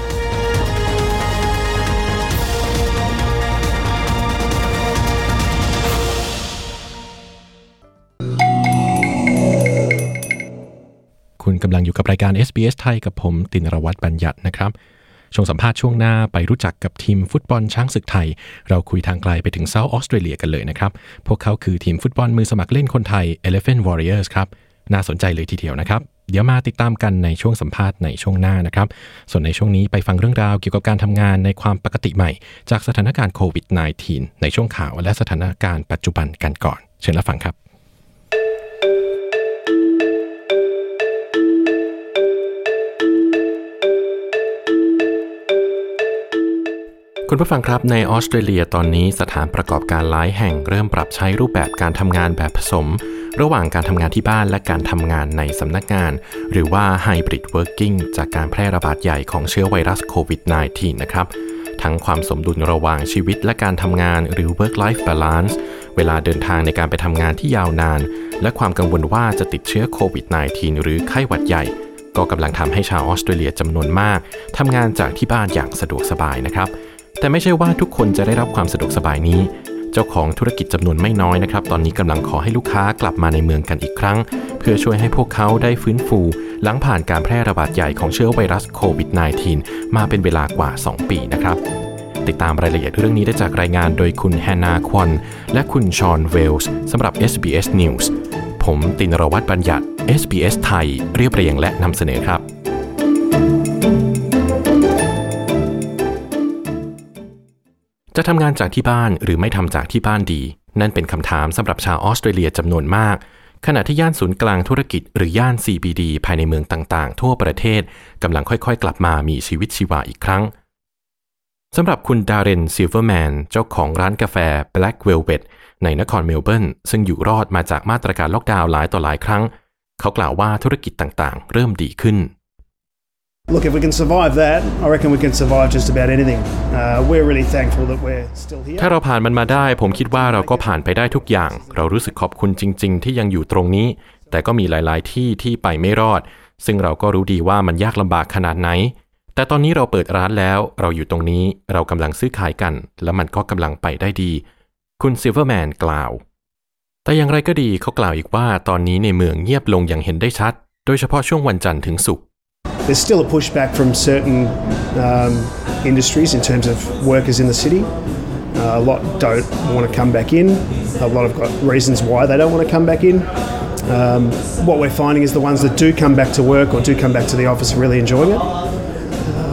คุณกำลังอยู่กับรายการ SBS ไทยกับผมตินรวัตรบัญญัตินะครับช่วงสัมภาษณ์ช่วงหน้าไปรู้จักกับทีมฟุตบอลช้างศึกไทยเราคุยทางไกลไปถึงเซาท์ออสเตรเลียกันเลยนะครับพวกเขาคือทีมฟุตบอลมือสมัครเล่นคนไทย Elephant Warriors ครับน่าสนใจเลยทีเดียวนะครับเดี๋ยวมาติดตามกันในช่วงสัมภาษณ์ในช่วงหน้านะครับส่วนในช่วงนี้ไปฟังเรื่องราวเกี่ยวกับการทำงานในความปกติใหม่จากสถานการณ์โควิด -19 ในช่วงข่าวและสถานการณ์ปัจจุบันกันก่อนเชิญรับฟังครับคุณผู้ฟังครับในออสเตรเลียตอนนี้สถานประกอบการหลายแห่งเริ่มปรับใช้รูปแบบการทำงานแบบผสมระหว่างการทำงานที่บ้านและการทำงานในสำนักงานหรือว่า Hybrid Working จากการแพร่ระบาดใหญ่ของเชื้อไวรัสโควิด -19 นะครับทั้งความสมดุลระหว่างชีวิตและการทำงานหรือ Work-Life Balance เวลาเดินทางในการไปทำงานที่ยาวนานและความกังวลว่าจะติดเชื้อโควิด -19 หรือไข้หวัดใหญ่ก็กำลังทำให้ชาวออสเตรเลียจำนวนมากทำงานจากที่บ้านอย่างสะดวกสบายนะครับแต่ไม่ใช่ว่าทุกคนจะได้รับความสะดวกสบายนี้เจ้าของธุรกิจจำนวนไม่น้อยนะครับตอนนี้กำลังขอให้ลูกค้ากลับมาในเมืองกันอีกครั้งเพื่อช่วยให้พวกเขาได้ฟื้นฟูหลังผ่านการแพร่ระบาดใหญ่ของเชื้อไวรัสโควิด -19 มาเป็นเวลากว่า2ปีนะครับติดตามรายละเอียดเรื่องนี้ได้จากรายงานโดยคุณแฮนนาควอนและคุณชอนเวลส์สำหรับ SBS News ผมตินรวัตรบัญญัติ SBS ไทยเรียบเรียงและนำเสนอครับจะทำงานจากที่บ้านหรือไม่ทำจากที่บ้านดีนั่นเป็นคำถามสำหรับชาวออสเตรเลียจำนวนมากขณะที่ย่านศูนย์กลางธุรกิจหรือย่าน CBD ภายในเมืองต่างๆทั่วประเทศกำลังค่อยๆกลับมามีชีวิตชีวาอีกครั้งสำหรับคุณดาเรนซิลเวอร์แมนเจ้าของร้านกาแฟ Black Velvet ในนครเมลเบิร์นซึ่งอยู่รอดมาจากมาตรการล็อกดาวน์หลายต่อหลายครั้งเขากล่าวว่าธุรกิจต่างๆเริ่มดีขึ้น Look, if we can survive that, I reckon we can survive just about anything. We're really thankful that we're still here. ถ้าเราผ่านมันมาได้ผมคิดว่าเราก็ผ่านไปได้ทุกอย่างเรารู้สึกขอบคุณจริงๆที่ยังอยู่ตรงนี้แต่ก็มีหลายๆที่ไปไม่รอดซึ่งเราก็รู้ดีว่ามันยากลำบากขนาดไหนแต่ตอนนี้เราเปิดร้านแล้วเราอยู่ตรงนี้เรากำลังซื้อขายกันและมันก็กำลังไปได้ดีคุณซิลเวอร์แมนกล่าวแต่อย่างไรก็ดีเขากล่าวอีกว่าตอนนี้ในเมืองเงียบลงอย่างเห็นได้ชัดโดยเฉพาะช่วงวันจันทร์ถึงศุกร์ There's still a pushback from certain industries in terms of workers in the city. A lot don't want to come back in. A lot have got reasons why they don't want to come back in. What we're finding is the ones that do come back to work or do come back to the office are really enjoying it.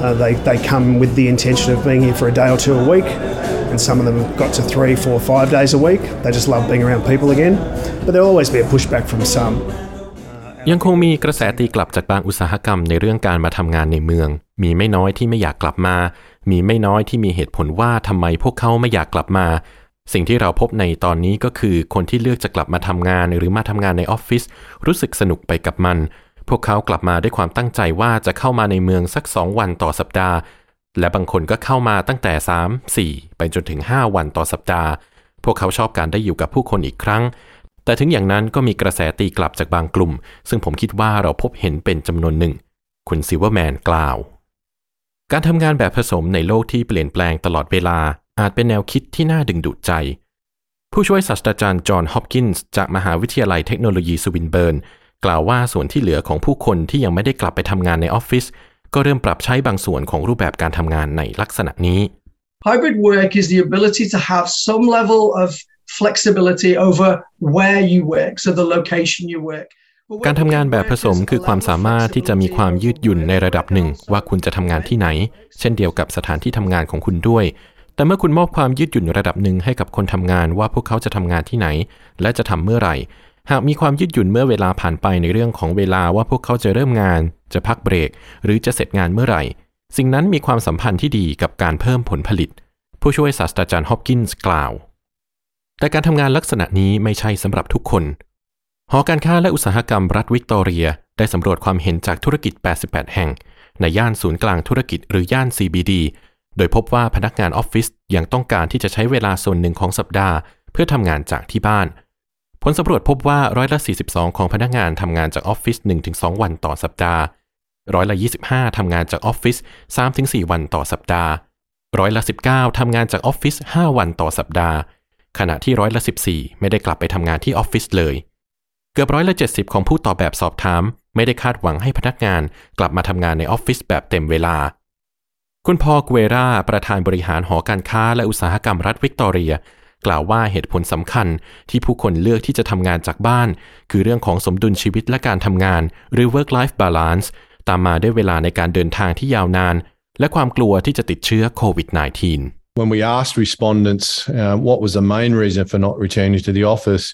They come with the intention of being here for a day or two a week, and some of them have got to 3, 4, 5 days a week. They just love being around people again, but there'll always be a pushback from some. ยังคงมีกระแสตีกลับจากบางอุตสาหกรรมในเรื่องการมาทำงานในเมืองมีไม่น้อยที่ไม่อยากกลับมามีไม่น้อยที่มีเหตุผลว่าทำไมพวกเขาไม่อยากกลับมาสิ่งที่เราพบในตอนนี้ก็คือคนที่เลือกจะกลับมาทำงานหรือมาทำงานในออฟฟิศรู้สึกสนุกไปกับมันพวกเขากลับมาด้วยความตั้งใจว่าจะเข้ามาในเมืองสัก2 วันต่อสัปดาห์และบางคนก็เข้ามาตั้งแต่3, 4ไปจนถึง5 วันต่อสัปดาห์พวกเขาชอบการได้อยู่กับผู้คนอีกครั้งแต่ถึงอย่างนั้นก็มีกระแสตีกลับจากบางกลุ่มซึ่งผมคิดว่าเราพบเห็นเป็นจำนวนหนึ่งคุณซิลเวอร์แมนกล่าวการทำงานแบบผสมในโลกที่เปลี่ยนแปลงตลอดเวลาอาจเป็นแนวคิดที่น่าดึงดูดใจผู้ช่วยศาสตราจารย์จอห์นฮอปกินส์จากมหาวิทยาลัยเทคโนโลยีสวินเบิร์นกล่าวว่าส่วนที่เหลือของผู้คนที่ยังไม่ได้กลับไปทำงานในออฟฟิศก็เริ่มปรับใช้บางส่วนของรูปแบบการทำงานในลักษณะนี้ Hybrid work is the ability to have some level of flexibility over where you work, so the location you work. การทำงานแบบผสมคือความสามารถที่จะมีความยืดหยุ่นในระดับหนึ่งว่าคุณจะทำงานที่ไหนเช่นเดียวกับสถานที่ทำงานของคุณด้วยแต่เมื่อคุณมอบความยืดหยุ่นระดับหนึ่งให้กับคนทำงานว่าพวกเขาจะทำงานที่ไหนและจะทำเมื่อไหร่หากมีความยืดหยุ่นเมื่อเวลาผ่านไปในเรื่องของเวลาว่าพวกเขาจะเริ่มงานจะพักเบรกหรือจะเสร็จงานเมื่อไหร่สิ่งนั้นมีความสัมพันธ์ที่ดีกับการเพิ่มผลผลิตผู้ช่วยศาสตราจารย์ฮอปกินส์กล่าวแต่การทำงานลักษณะนี้ไม่ใช่สำหรับทุกคนหอการค้าและอุตสาหกรรมรัฐวิกตอเรียได้สำรวจความเห็นจากธุรกิจ88แห่งในย่านศูนย์กลางธุรกิจหรือย่าน CBD โดยพบว่าพนักงานออฟฟิศยังต้องการที่จะใช้เวลาส่วนหนึ่งของสัปดาห์เพื่อทำงานจากที่บ้านผลสำรวจพบว่า42%ของพนักงานทำงานจากออฟฟิศ 1-2 วันต่อสัปดาห์25%ทำงานจากออฟฟิศ 3-4 วันต่อสัปดาห์19%ทำงานจากออฟฟิศ 5 วันต่อสัปดาห์ขณะที่14%ไม่ได้กลับไปทำงานที่ออฟฟิศเลยเกือบ70%ของผู้ตอบแบบสอบถามไม่ได้คาดหวังให้พนักงานกลับมาทำงานในออฟฟิศแบบเต็มเวลาคุณพอล เกเวราประธานบริหารหอการค้าและอุตสาหกรรมรัฐวิกตอเรียกล่าวว่าเหตุผลสำคัญที่ผู้คนเลือกที่จะทำงานจากบ้านคือเรื่องของสมดุลชีวิตและการทำงานหรือ work-life balance ตามมาด้วยเวลาในการเดินทางที่ยาวนานและความกลัวที่จะติดเชื้อโควิด -19 When we asked respondents what was the main reason for not returning to the office,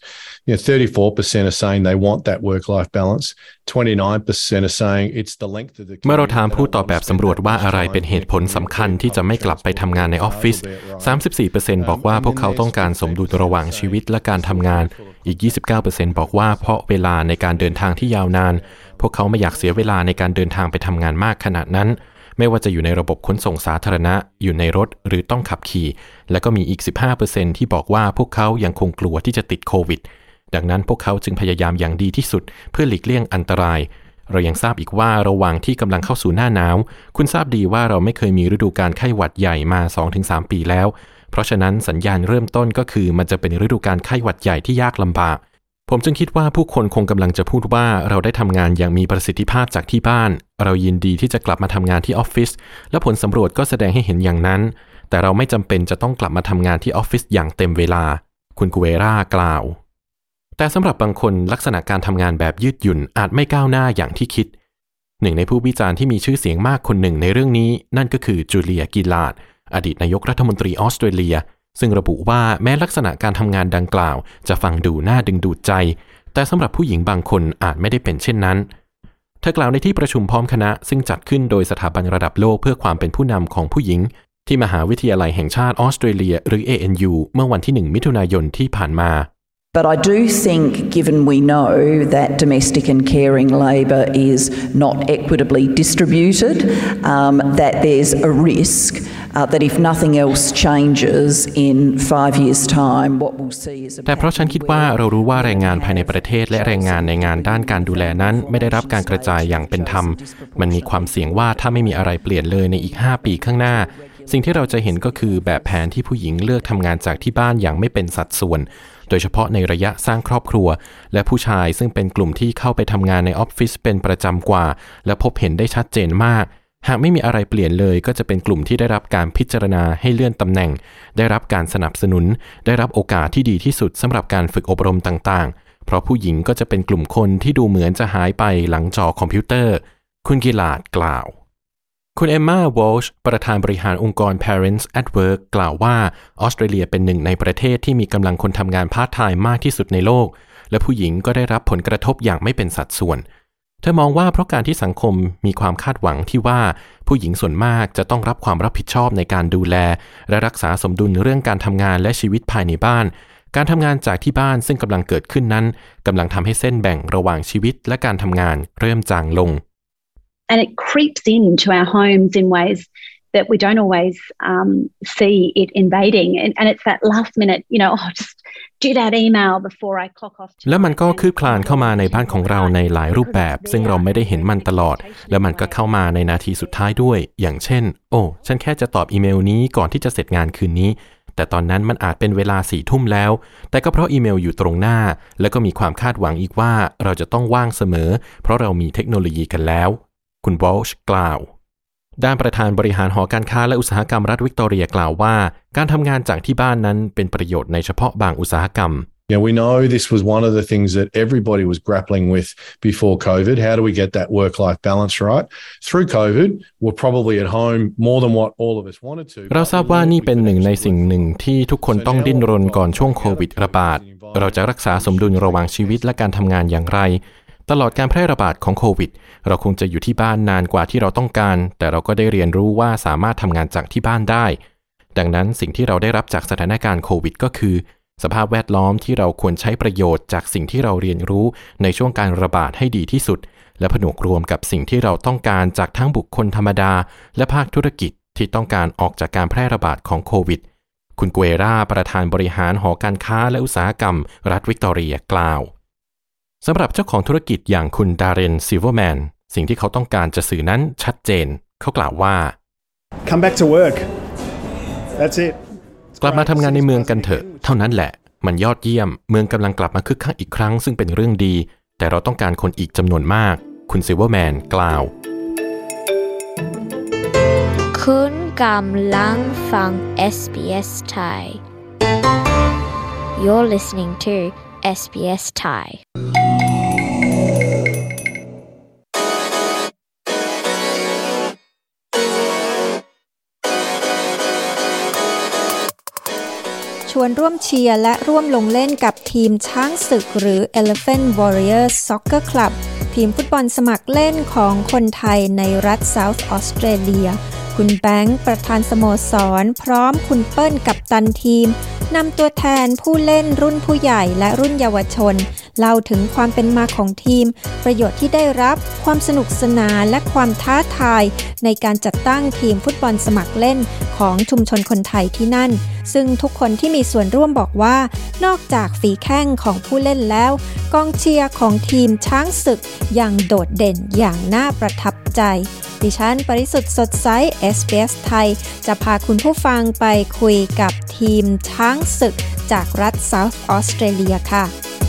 34% are saying they want that work-life balance. 29% are saying it's the length of the commute. เมื่อเราถามผู้ตอบแบบสำรวจว่าอะไรเป็นเหตุผลสำคัญที่จะไม่กลับไปทำงานในออฟฟิศ 34% บอกว่าพวกเขาต้องการสมดุลระหว่างชีวิตและการทำงานอีก 29% บอกว่าเพราะเวลาในการเดินทางที่ยาวนานพวกเขาไม่อยากเสียเวลาในการเดินทางไปทำงานมากขนาดนั้นไม่ว่าจะอยู่ในระบบขนส่งสาธารณะอยู่ในรถหรือต้องขับขี่และก็มีอีก 15% ที่บอกว่าพวกเขายังคงกลัวที่จะติดโควิดดังนั้นพวกเขาจึงพยายามอย่างดีที่สุดเพื่อหลีกเลี่ยงอันตรายเรายังทราบอีกว่าระหว่างที่กำลังเข้าสู่หน้าหนาวคุณทราบดีว่าเราไม่เคยมีฤดูกาลไข้หวัดใหญ่มา 2-3 ปีแล้วเพราะฉะนั้นสัญญาณเริ่มต้นก็คือมันจะเป็นฤดูกาลไข้หวัดใหญ่ที่ยากลำบากผมจึงคิดว่าผู้คนคงกำลังจะพูดว่าเราได้ทำงานอย่างมีประสิทธิภาพจากที่บ้านเรายินดีที่จะกลับมาทำงานที่ออฟฟิศและผลสำรวจก็แสดงให้เห็นอย่างนั้นแต่เราไม่จำเป็นจะต้องกลับมาทำงานที่ออฟฟิศอย่างเต็มเวลาคุณกูเวรากล่าวแต่สำหรับบางคนลักษณะการทำงานแบบยืดหยุ่นอาจไม่ก้าวหน้าอย่างที่คิดหนึ่งในผู้วิจารณ์ที่มีชื่อเสียงมากคนหนึ่งในเรื่องนี้นั่นก็คือจูเลีย กิลลาร์ดอดีตนายกรัฐมนตรีออสเตรเลียซึ่งระบุว่าแม้ลักษณะการทำงานดังกล่าวจะฟังดูน่าดึงดูดใจแต่สำหรับผู้หญิงบางคนอาจไม่ได้เป็นเช่นนั้นเธอกล่าวในที่ประชุมพร้อมคณะซึ่งจัดขึ้นโดยสถาบันระดับโลกเพื่อความเป็นผู้นำของผู้หญิงที่มหาวิทยาลัยแห่งชาติออสเตรเลียหรือ ANU เมื่อวันที่1 มิถุนายนที่ผ่านมา But I do think, given we know that domestic and caring labour is not equitably distributed, that there's a risk that if nothing else changes in 5 years' time, what we'll see is. แต่เพราะฉันคิดว่าเรารู้ว่าแรงงานภายในประเทศและแรงงานในงานด้านการดูแลนั้นไม่ได้รับการกระจายอย่างเป็นธรรมมันมีความเสี่ยงว่าถ้าไม่มีอะไรเปลี่ยนเลยในอีก5 ปีข้างหน้าสิ่งที่เราจะเห็นก็คือแบบแผนที่ผู้หญิงเลือกทำงานจากที่บ้านอย่างไม่เป็นสัดส่วนโดยเฉพาะในระยะสร้างครอบครัวและผู้ชายซึ่งเป็นกลุ่มที่เข้าไปทำงานในออฟฟิศเป็นประจำกว่าและพบเห็นได้ชัดเจนมากหากไม่มีอะไรเปลี่ยนเลยก็จะเป็นกลุ่มที่ได้รับการพิจารณาให้เลื่อนตำแหน่งได้รับการสนับสนุนได้รับโอกาสที่ดีที่สุดสำหรับการฝึกอบรมต่างๆเพราะผู้หญิงก็จะเป็นกลุ่มคนที่ดูเหมือนจะหายไปหลังจอคอมพิวเตอร์คุณกิลาร์ดกล่าวคุณเอมม่าวอลช์ประธานบริหารองค์กร Parents at Work กล่าวว่าออสเตรเลียเป็นหนึ่งในประเทศที่มีกำลังคนทำงานพาร์ทไทม์มากที่สุดในโลกและผู้หญิงก็ได้รับผลกระทบอย่างไม่เป็นสัดส่วนเธอมองว่าเพราะการที่สังคมมีความคาดหวังที่ว่าผู้หญิงส่วนมากจะต้องรับความรับผิดชอบในการดูแลและรักษาสมดุลเรื่องการทำงานและชีวิตภายในบ้านการทำงานจากที่บ้านซึ่งกำลังเกิดขึ้นนั้นกำลังทำให้เส้นแบ่งระหว่างชีวิตและการทำงานเริ่มจางลง And it creeps into our homes in ways that we don't always see it invading. And it's that last minute, just do that email before I clock off. แล้วมันก็คืบคลานเข้ามาในบ้านของเราในหลายรูปแบบซึ่งเราไม่ได้เห็นมันตลอดแล้วมันก็เข้ามาในนาทีสุดท้ายด้วยอย่างเช่นฉันแค่จะตอบอีเมลนี้ก่อนที่จะเสร็จงานคืนนี้แต่ตอนนั้นมันอาจเป็นเวลา 4 ทุ่มแล้วแต่ก็เพราะอีเมลอยู่ตรงหน้าแล้วก็มีความคาดหวังอีกว่าเราจะต้องว่างเสมอเพราะเรามีเทคโนโลยีกันแล้วคุณวอลช์กล่าวด้านประธานบริหารหอการค้าและอุตสาหกรรมรัฐวิกตอเรียกล่าวว่าการทำงานจากที่บ้านนั้นเป็นประโยชน์ในเฉพาะบางอุตสาหกรรม Yeah, we know this was one of the things that everybody was grappling with before COVID. How do we get that work-life balance right? Through COVID, we're probably at home more than what all of us wanted to. เราทราบว่านี่เป็นหนึ่งในสิ่งหนึ่งที่ทุกคนต้องดิ้นรนก่อนช่วงโควิดระบาดเราจะรักษาสมดุลระหว่างชีวิตและการทำงานอย่างไรตลอดการแพร่ระบาดของโควิดเราคงจะอยู่ที่บ้านนานกว่าที่เราต้องการแต่เราก็ได้เรียนรู้ว่าสามารถทำงานจากที่บ้านได้ดังนั้นสิ่งที่เราได้รับจากสถานการณ์โควิดก็คือสภาพแวดล้อมที่เราควรใช้ประโยชน์จากสิ่งที่เราเรียนรู้ในช่วงการระบาดให้ดีที่สุดและผนวกรวมกับสิ่งที่เราต้องการจากทั้งบุคคลธรรมดาและภาคธุรกิจที่ต้องการออกจากการแพร่ระบาดของโควิดคุณเกวราประธานบริหารหอการค้าและอุตสาหกรรมรัฐวิกตอเรียกล่าวสำหรับเจ้าของธุรกิจอย่างคุณดาเรนซิลเวอร์แมนสิ่งที่เขาต้องการจะสื่อนั้นชัดเจนเขากล่าวว่า Come back to work. That's it. กลับมาทำงานในเมืองกันเถอะเท่านั้นแหละมันยอดเยี่ยมเมืองกำลังกลับมาคึกคักอีกครั้งซึ่งเป็นเรื่องดีแต่เราต้องการคนอีกจำนวนมากคุณซิลเวอร์แมนกล่าวคุณกำลังฟัง SBS Thai You're listening to SBS Thai ชวนร่วมเชียร์และร่วมลงเล่นกับทีมช้างศึกหรือ Elephant Warriors Soccer Club ทีมฟุตบอลสมัครเล่นของคนไทยในรัฐ South Australia คุณแบงค์ประธานสโมสรพร้อมคุณเปิ้ลกัปตันทีมนำตัวแทนผู้เล่นรุ่นผู้ใหญ่และรุ่นเยาวชนเล่าถึงความเป็นมาของทีมประโยชน์ที่ได้รับความสนุกสนานและความท้าทายในการจัดตั้งทีมฟุตบอลสมัครเล่นของชุมชนคนไทยที่นั่นซึ่งทุกคนที่มีส่วนร่วมบอกว่านอกจากฝีแข้งของผู้เล่นแล้วกองเชียร์ของทีมช้างศึกยังโดดเด่นอย่างน่าประทับใจดิฉันปริสุทธิ์สดใส SBS ไทยจะพาคุณผู้ฟังไปคุยกับทีมช้างศึกจากรัฐ South Australia ค่ะ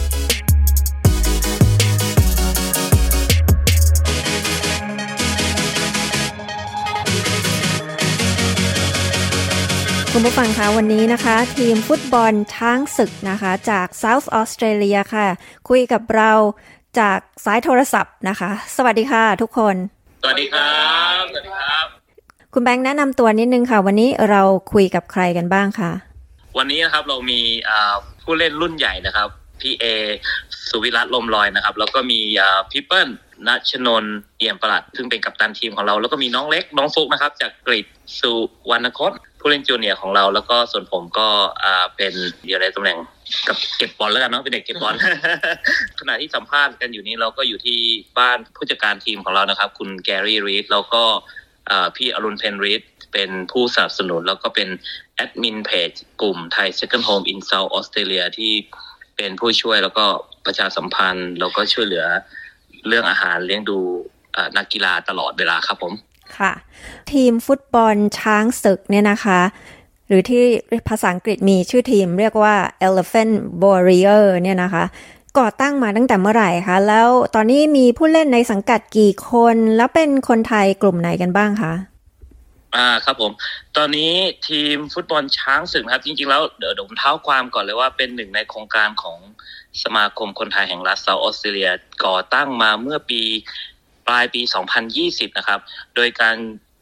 คุณผู้ฟังคะวันนี้นะคะทีมฟุตบอลช้างศึกนะคะจาก South Australia ค่ะคุยกับเราจากสายโทรศัพท์นะคะสวัสดีค่ะทุกคนสวัสดีครับสวัสดีครับคุณแบงค์แนะนำตัวนิดนึงค่ะวันนี้เราคุยกับใครกันบ้างคะวันนี้นะครับเรามีผู้เล่นรุ่นใหญ่นะครับพี่เอสุวิรัตน์ลมลอยนะครับแล้วก็มีพี่เปิ้ลณชนนท์เอี่ยมประหลัดซึ่งเป็นกัปตันทีมของเราแล้วก็มีน้องเล็กน้องฟุกนะครับจากกฤษสุวรรณคตผู้เล่นจูเนียร์ของเราแล้วก็ส่วนผมก็เป็นอยู่ในตำแหน่งกับเก็บบอลแล้วกันเนาะเป็นเด็กเก็บบอล ขณะที่สัมภาษณ์กันอยู่นี้เราก็อยู่ที่บ้านผู้จัดการทีมของเรานะครับคุณแกรี่รีดแล้วก็พี่อรุณเพนรีดเป็นผู้สนับสนุนแล้วก็เป็นแอดมินเพจกลุ่มไทย Second Home in South Australia ที่เป็นผู้ช่วยแล้วก็ประชาสัมพันธ์แล้วก็ช่วยเหลือเรื่องอาหารเลี้ยงดูนักกีฬาตลอดเวลาครับผมค่ะทีมฟุตบอลช้างศึกเนี่ยนะคะหรือที่ภาษาอังกฤษมีชื่อทีมเรียกว่า Elephant Warrior เนี่ยนะคะก่อตั้งมาตั้งแต่เมื่อไหร่คะแล้วตอนนี้มีผู้เล่นในสังกัดกี่คนแล้วเป็นคนไทยกลุ่มไหนกันบ้างคะครับผมตอนนี้ทีมฟุตบอลช้างศึกครับจริงๆแล้วเดี๋ยวผมเท้าความก่อนเลยว่าเป็นหนึ่งในโครงการของสมาคมคนไทยแห่งรัฐ South Australia ก่อตั้งมาเมื่อปลายปี 2020 นะครับโดยการ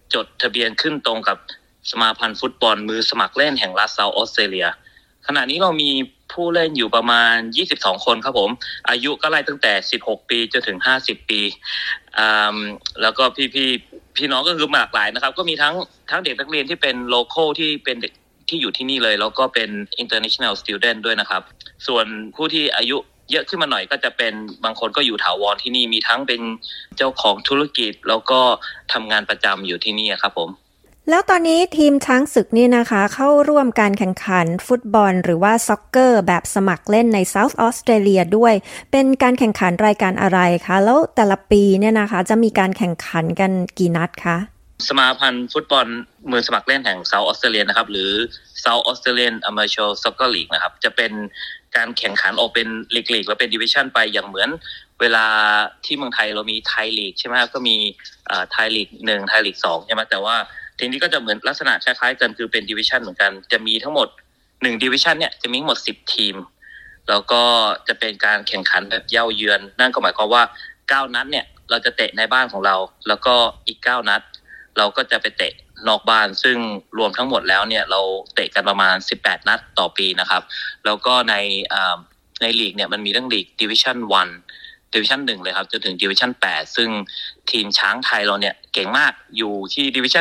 จดทะเบียนขึ้นตรงกับสมาพันธ์ฟุตบอลมือสมัครเล่นแห่งรัฐเซาท์ออสเตรเลียขณะนี้เรามีผู้เล่นอยู่ประมาณ22คนครับผมอายุก็ไล่ตั้งแต่16ปีจนถึง50ปีแล้วก็พี่น้องก็คือหลากหลายนะครับก็มีทั้งเด็กนักเรียนที่เป็นโลคอลที่เป็นเด็กที่อยู่ที่นี่เลยแล้วก็เป็น international student ด้วยนะครับส่วนผู้ที่อายุเยอะขึ้นมาหน่อยก็จะเป็นบางคนก็อยู่ถาวรที่นี่มีทั้งเป็นเจ้าของธุรกิจแล้วก็ทำงานประจำอยู่ที่นี่ครับผมแล้วตอนนี้ทีมช้างศึกนี่นะคะเข้าร่วมการแข่งขันฟุตบอลหรือว่าซ็อกเกอร์แบบสมัครเล่นในเซาท์ออสเตรเลียด้วยเป็นการแข่งขันรายการอะไรคะแล้วแต่ละปีเนี่ยนะคะจะมีการแข่งขันกันกี่นัดคะสมาพันธ์ฟุตบอลมือสมัครเล่นแห่งเซาท์ออสเตรเลียนะครับหรือ South Australian Amateur Soccer League นะครับจะเป็นการแข่งขันออกเป็นลีกแล้วเป็นดิวิชั่นไปอย่างเหมือนเวลาที่เมืองไทยเรามีไทยลีกใช่ไหมครับก็มีไทยลีก1ไทยลีก2ใช่ไหมแต่ว่าทีนี้ก็จะเหมือนลักษณะคล้ายๆกันคือเป็นดิวิชั่นเหมือนกันจะมีทั้งหมด1ดิวิชั่นเนี่ยจะมีทั้งหมด10ทีมแล้วก็จะเป็นการแข่งขันแบบเย้าเยือนนั่นก็หมายความว่า9นัดเนี่ยเราจะเตะในบ้านของเราแล้วก็อีก9นัดเราก็จะไปเตะนอกบ้านซึ่งรวมทั้งหมดแล้วเนี่ยเราเตะกันประมาณ18นัดต่อปีนะครับแล้วก็ในลีกเนี่ยมันมีเรื่องลีกดิวิชั่น1ดิวิชั่น1เลยครับจนถึงดิวิชั่น8ซึ่งทีมช้างไทยเราเนี่ยเก่งมากอยู่ที่ดิวิชั่น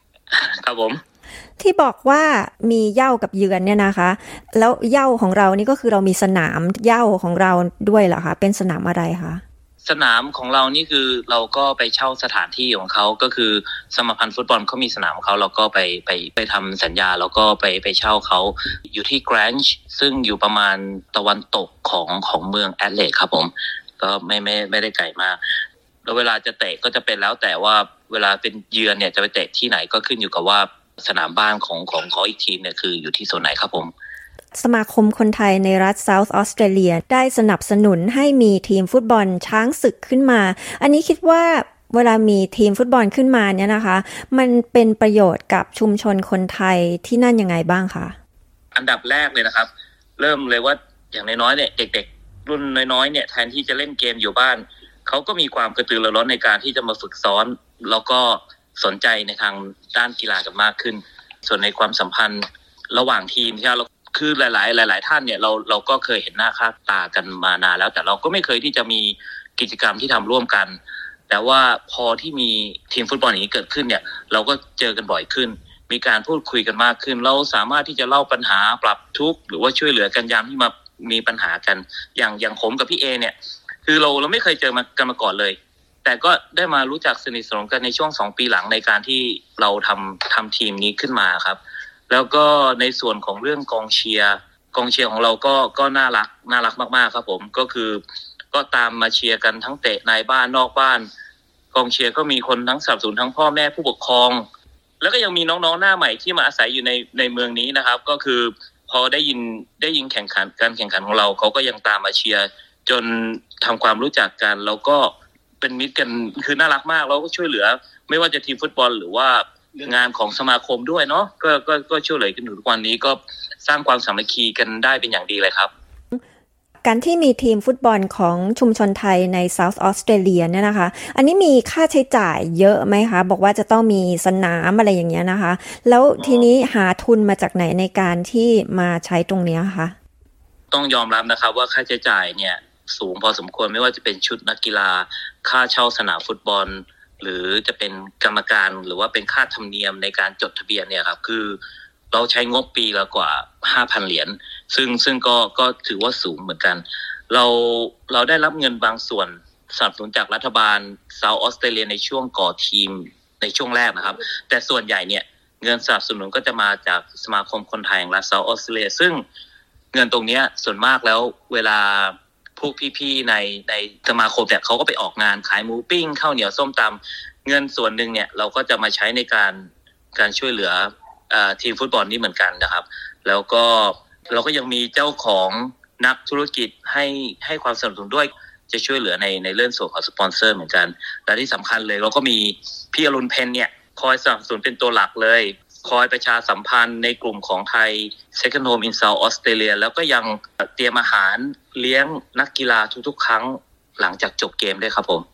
7ครับผมที่บอกว่ามีเหย้ากับเยือนเนี่ยนะคะแล้วเหย้าของเรานี่ก็คือเรามีสนามเหย้าของเราด้วยเหรอคะเป็นสนามอะไรคะสนามของเรานี่คือเราก็ไปเช่าสถานที่ของเขาก็คือสมาพันธ์ฟุตบอลเขามีสนามของเขาเราก็ไปทำสัญญาแล้วก็ไปเช่าเขาอยู่ที่แกรนช์ซึ่งอยู่ประมาณตะวันตกของเมืองแอดเลดครับผมก็ไม่ได้ไกลมากแล้วเวลาจะเตะก็จะเป็นแล้วแต่ว่าเวลาเป็นเยือนเนี่ยจะไปเตะที่ไหนก็ขึ้นอยู่กับว่าสนามบ้านของอีกทีมเนี่ยคืออยู่ที่โซนไหนครับผมสมาคมคนไทยในรัฐเซาท์ออสเตรเลียได้สนับสนุนให้มีทีมฟุตบอลช้างศึกขึ้นมาอันนี้คิดว่าเวลามีทีมฟุตบอลขึ้นมาเนี่ยนะคะมันเป็นประโยชน์กับชุมชนคนไทยที่นั่นยังไงบ้างคะอันดับแรกเลยนะครับเริ่มเลยว่าอย่างน้อยๆเนี่ยเด็กๆรุ่นน้อยๆเนี่ยแทนที่จะเล่นเกมอยู่บ้านเขาก็มีความกระตือรือร้นในการที่จะมาฝึกซ้อนแล้วก็สนใจในทางด้านกีฬากันมากขึ้นส่วนในความสัมพันธ์ระหว่างทีมที่เราคือหลายท่านเนี่ยเราก็เคยเห็นหน้าค่าตากันมานานแล้วแต่เราก็ไม่เคยที่จะมีกิจกรรมที่ทำร่วมกันแต่ว่าพอที่มีทีมฟุตบอลอย่างนี้เกิดขึ้นเนี่ยเราก็เจอกันบ่อยขึ้นมีการพูดคุยกันมากขึ้นเราสามารถที่จะเล่าปัญหาปรับทุกข์หรือว่าช่วยเหลือกันยามที่มามีปัญหากันอย่างผมกับพี่เอเนี่ยคือเราไม่เคยเจอกันมาก่อนเลยแต่ก็ได้มารู้จักสนิทสนมกันในช่วง2ปีหลังในการที่เราทำทีมนี้ขึ้นมาครับแล้วก็ในส่วนของเรื่องกองเชียร์ของเราก็น่ารักมากๆครับผมก็คือก็ตามมาเชียร์กันทั้งเตะในบ้านนอกบ้านกองเชียร์ก็มีคนทั้งสนับสนุนทั้งพ่อแม่ผู้ปกครองแล้วก็ยังมีน้องๆหน้าใหม่ที่มาอาศัยอยู่ในเมืองนี้นะครับก็คือพอได้ยินการแข่งขันของเราเขาก็ยังตามมาเชียร์จนทำความรู้จักกันแล้วก็เป็นมิตรกันคือน่ารักมากแล้วก็ช่วยเหลือไม่ว่าจะทีมฟุตบอลหรือว่างานของสมาคมด้วยเนาะก็ช่วยเหลือกันอยู่ทุกวันนี้ก็สร้างความสามัคคีกันได้เป็นอย่างดีเลยครับการที่มีทีมฟุตบอลของชุมชนไทยในเซาท์ออสเตรเลียเนี่ยนะคะอันนี้มีค่าใช้จ่ายเยอะไหมคะบอกว่าจะต้องมีสนามอะไรอย่างเงี้ยนะคะแล้วทีนี้หาทุนมาจากไหนในการที่มาใช้ตรงนี้คะต้องยอมรับนะครับว่าค่าใช้จ่ายเนี่ยสูงพอสมควรไม่ว่าจะเป็นชุดนักกีฬาค่าเช่าสนามฟุตบอลหรือจะเป็นกรรมการหรือว่าเป็นค่าธรรมเนียมในการจดทะเบียนเนี่ยครับคือเราใช้งบปีละกว่า 5,000 เหรียญซึ่งก็ถือว่าสูงเหมือนกันเราได้รับเงินบางส่วนสนับสนุนจากรัฐบาลเซาท์ออสเตรเลียในช่วงก่อทีมในช่วงแรกนะครับแต่ส่วนใหญ่เนี่ยเงินสนับสนุนก็จะมาจากสมาคมคนไทยแห่งรัฐเซาท์ออสเตรเลียซึ่งเงินตรงนี้ส่วนมากแล้วเวลาพวกพี่ๆในสมาคมเนี่ยเขาก็ไปออกงานขายหมูปิ้งข้าวเหนียวส้มตำเงินส่วนหนึ่งเนี่ยเราก็จะมาใช้ในการช่วยเหลือทีมฟุตบอลนี้เหมือนกันนะครับแล้วก็เราก็ยังมีเจ้าของนักธุรกิจให้ความสนับสนุนด้วยจะช่วยเหลือในเรื่องส่วนของสปอนเซอร์เหมือนกันและที่สำคัญเลยเราก็มีพี่อรุณเพนเนี่ยคอยสนับสนุนเป็นตัวหลักเลยคอยประชาสัมพันธ์ในกลุ่มของไทย Second Home in South Australia แล้วก็ยังเตรียมอาหารเลี้ยงนักกีฬาทุกๆครั้งหลังจากจบเกมด้วยครับผม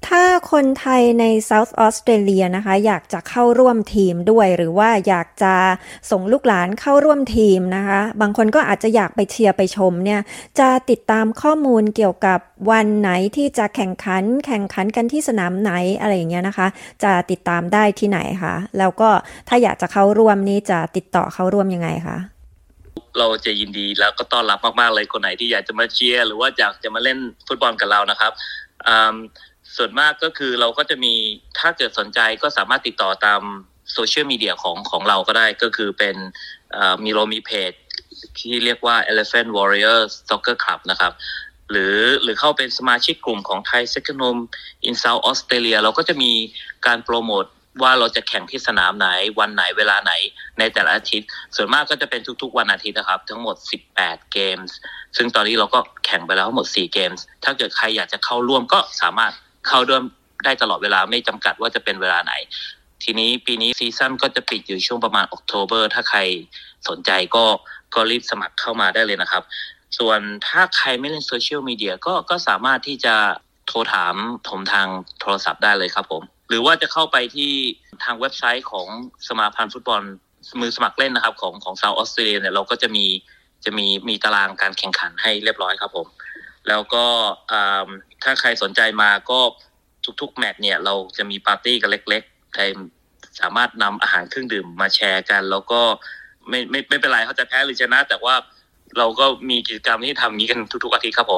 ถ้าคนไทยใน South Australia นะคะอยากจะเข้าร่วมทีมด้วยหรือว่าอยากจะส่งลูกหลานเข้าร่วมทีมนะคะบางคนก็อาจจะอยากไปเชียร์ไปชมเนี่ยจะติดตามข้อมูลเกี่ยวกับวันไหนที่จะแข่งขันกันที่สนามไหนอะไรอย่างเงี้ยนะคะจะติดตามได้ที่ไหนคะแล้วก็ถ้าอยากจะเข้าร่วมนี่จะติดต่อเข้าร่วมยังไงคะเราจะยินดีแล้วก็ต้อนรับมากๆเลยคนไหนที่อยากจะมาเชียร์หรือว่าอยากจะมาเล่นฟุตบอลกับเรานะครับส่วนมากก็คือเราก็จะมีถ้าเกิดสนใจก็สามารถติดต่อตามโซเชียลมีเดียของเราก็ได้ก็คือเป็นมีเพจที่เรียกว่า Elephant Warriors Soccer Club นะครับหรือเข้าเป็นสมาชิกกลุ่มของ Thai Second Home in South Australia เราก็จะมีการโปรโมทว่าเราจะแข่งที่สนามไหนวันไหนเวลาไหนในแต่ละอาทิตย์ส่วนมากก็จะเป็นทุกๆวันอาทิตย์นะครับทั้งหมด18เกมส์ซึ่งตอนนี้เราก็แข่งไปแล้วทั้งหมด4เกมส์ถ้าเกิดใครอยากจะเข้าร่วมก็สามารถเข้าร่วมได้ตลอดเวลาไม่จำกัดว่าจะเป็นเวลาไหนทีนี้ปีนี้ซีซั่นก็จะปิดอยู่ช่วงประมาณ October ถ้าใครสนใจก็รีบสมัครเข้ามาได้เลยนะครับส่วนถ้าใครไม่เล่นโซเชียลมีเดียก็สามารถที่จะโทรถามผมทางโทรศัพท์ได้เลยครับผมหรือว่าจะเข้าไปที่ทางเว็บไซต์ของสมาพันธ์ฟุตบอลมือสมัครเล่นนะครับของ South Australia เนี่ยเราก็จะมีตารางการแข่งขันให้เรียบร้อยครับผมแล้วก็ถ้าใครสนใจมาก็ทุกๆแมตช์เนี่ยเราจะมีปาร์ตี้กันเล็กๆใครสามารถนำอาหารเครื่องดื่มมาแชร์กันแล้วก็ไม่เป็นไรเขาจะแพ้หรือชนะแต่ว่าเราก็มีกิจกรรมที่ทำนี้กันทุกๆอาทิตย์ครับผม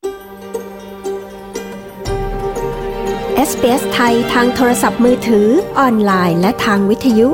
SBS ไทยทางโทรศัพท์มือถือออนไลน์และทางวิทยุ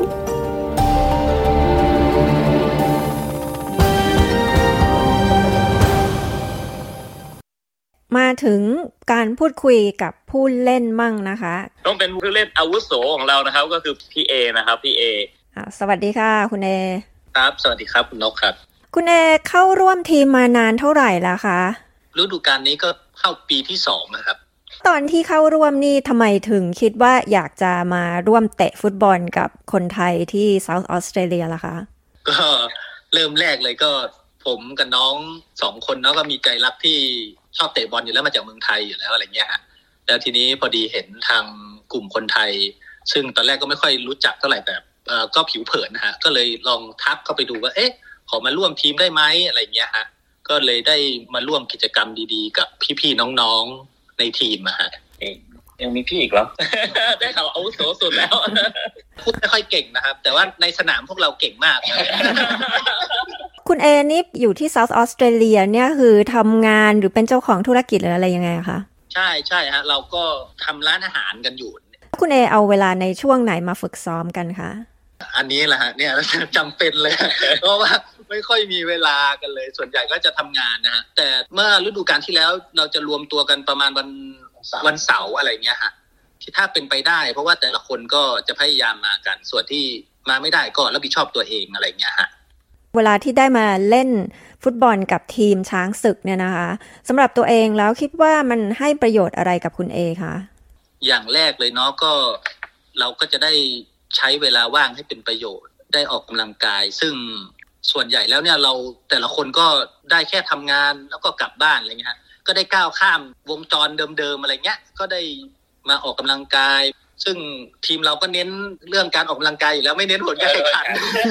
มาถึงการพูดคุยกับผู้เล่นมั่งนะคะต้องเป็นผู้เล่นอาวุโสของเรานะครับก็คือพี่เอนะครับพี่เอสวัสดีค่ะคุณเอครับสวัสดีครับคุณนกครับคุณเอเข้าร่วมทีมมานานเท่าไหร่แล้วคะฤดูกาลนี้ก็เข้าปีที่2นะครับตอนที่เข้าร่วมนี่ทำไมถึงคิดว่าอยากจะมาร่วมเตะฟุตบอลกับคนไทยที่ South Australia ล่ะคะก็เริ่มแรกเลยก็ผมกับน้อง2คนเนาะก็มีใจรักที่ชอบเตะบอลอยู่แล้วมาจากเมืองไทยอยู่แล้วอะไรเงี้ยฮะแล้วทีนี้พอดีเห็นทางกลุ่มคนไทยซึ่งตอนแรกก็ไม่ค่อยรู้จักเท่าไหร่แต่ก็ผิวเผินนะฮะก็เลยลองทักเข้าไปดูว่าขอมาร่วมทีมได้ไหมอะไรเงี้ยฮะก็เลยได้มาร่วมกิจกรรมดีๆกับพี่ๆน้องๆในทีมอะฮะยังมีพี่อีกเหรอ ได้ข่าวอาวุโสสุดแล้วพูดไม่ค่อยเก่งนะครับแต่ว่าในสนามพวกเราเก่งมากคุณเอนี่อยู่ที่ South Australia เนี่ยคือทำงานหรือเป็นเจ้าของธุรกิจหรืออะไรยังไงคะใช่ฮะเราก็ทำร้านอาหารกันอยู่คุณเอเอาเวลาในช่วงไหนมาฝึกซ้อมกันคะอันนี้แหละฮะเนี่ยจำเป็นเลย เพราะว่าไม่ค่อยมีเวลากันเลยส่วนใหญ่ก็จะทำงานนะฮะแต่เมื่อฤดูกาลที่แล้วเราจะรวมตัวกันประมาณวันเสาร์อะไรเงี้ยฮะที่ถ้าเป็นไปได้เพราะว่าแต่ละคนก็จะพยายามมากันส่วนที่มาไม่ได้ก็รับผิดชอบตัวเองอะไรเงี้ยฮะเวลาที่ได้มาเล่นฟุตบอลกับทีมช้างศึกเนี่ยนะคะสำหรับตัวเองแล้วคิดว่ามันให้ประโยชน์อะไรกับคุณเอคะอย่างแรกเลยเนาะก็เราก็จะได้ใช้เวลาว่างให้เป็นประโยชน์ได้ออกกำลังกายซึ่งส่วนใหญ่แล้วเนี่ยเราแต่ละคนก็ได้แค่ทำงานแล้วก็กลับบ้านอะไรเงี้ยก็ได้ก้าวข้ามวงจรเดิมๆอะไรเงี้ยก็ได้มาออกกำลังกายซึ่งทีมเราก็เน้นเรื่องการออกกำลังกายอยู่แล้วไม่เน้นผลการแข่งขัน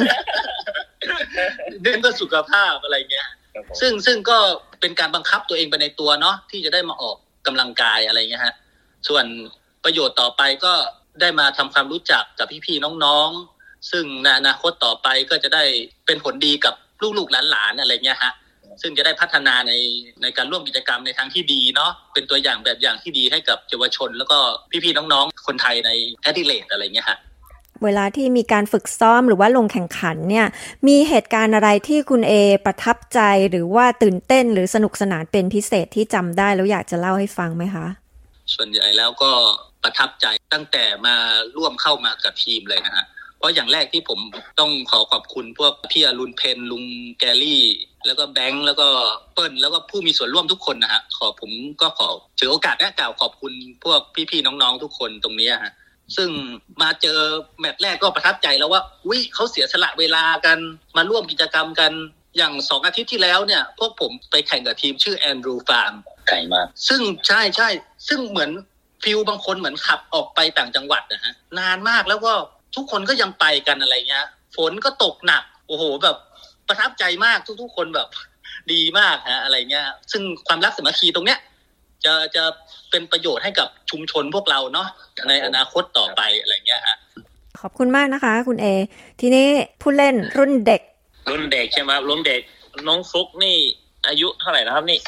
เน้นเพื่อสุขภาพอะไรเงี้ยซึ่งก็เป็นการบังคับตัวเองไปในตัวเนาะที่จะได้มาออกกำลังกายอะไรเงี้ยฮะส่วนประโยชน์ต่อไปก็ได้มาทำความรู้จักกับพี่ๆน้องๆซึ่งในอนาคตต่อไปก็จะได้เป็นผลดีกับลูกๆหลานๆอะไรเงี้ยฮะซึ่งจะได้พัฒนาในการร่วมกิจกรรมในทางที่ดีเนาะเป็นตัวอย่างแบบอย่างที่ดีให้กับเยาวชนแล้วก็พี่ๆน้องๆคนไทยในแอดิเลดอะไรเงี้ยฮะเวลาที่มีการฝึกซ้อมหรือว่าลงแข่งขันเนี่ยมีเหตุการณ์อะไรที่คุณเอประทับใจหรือว่าตื่นเต้นหรือสนุกสนานเป็นพิเศษที่จำได้แล้วอยากจะเล่าให้ฟังไหมคะส่วนใหญ่แล้วก็ประทับใจตั้งแต่มาร่วมเข้ามากับทีมเลยนะฮะเพราะอย่างแรกที่ผมต้องขอบคุณพวกพี่อรุณเพนลุงแกลี่แล้วก็แบงค์แล้วก็เปิ้ลแล้วก็ผู้มีส่วนร่วมทุกคนนะฮะผมก็ขอถือโอกาสกล่าวขอบคุณพวกพี่ๆน้องๆทุกคนตรงนี้ฮะซึ่งมาเจอแมตช์แรกก็ประทับใจแล้วว่าอุ๊ยเขาเสียสละเวลากันมาร่วมกิจกรรมกันอย่าง2อาทิตย์ที่แล้วเนี่ยพวกผมไปแข่งกับทีมชื่อแอนดรูฟาร์มไกลมากซึ่งใช่ซึ่งเหมือนฟิลบางคนเหมือนขับออกไปต่างจังหวัดนะฮะนานมากแล้วก็ทุกคนก็ยังไปกันอะไรเงี้ยฝนก็ตกหนักโอ้โหแบบประทับใจมากทุกๆคนแบบดีมากฮะอะไรเงี้ยซึ่งความรักสามัคคีตรงเนี้ยจะเป็นประโยชน์ให้กับชุมชนพวกเราเนาะในอนาคตต่อไปอะไรเงี้ยฮะขอบคุณมากนะคะคุณเอทีนี้ผู้เล่นรุ่นเด็กใช่ไหมรุ่นเด็กน้องฟลุ๊กนี่อายุเท่าไหร่นะครับนี่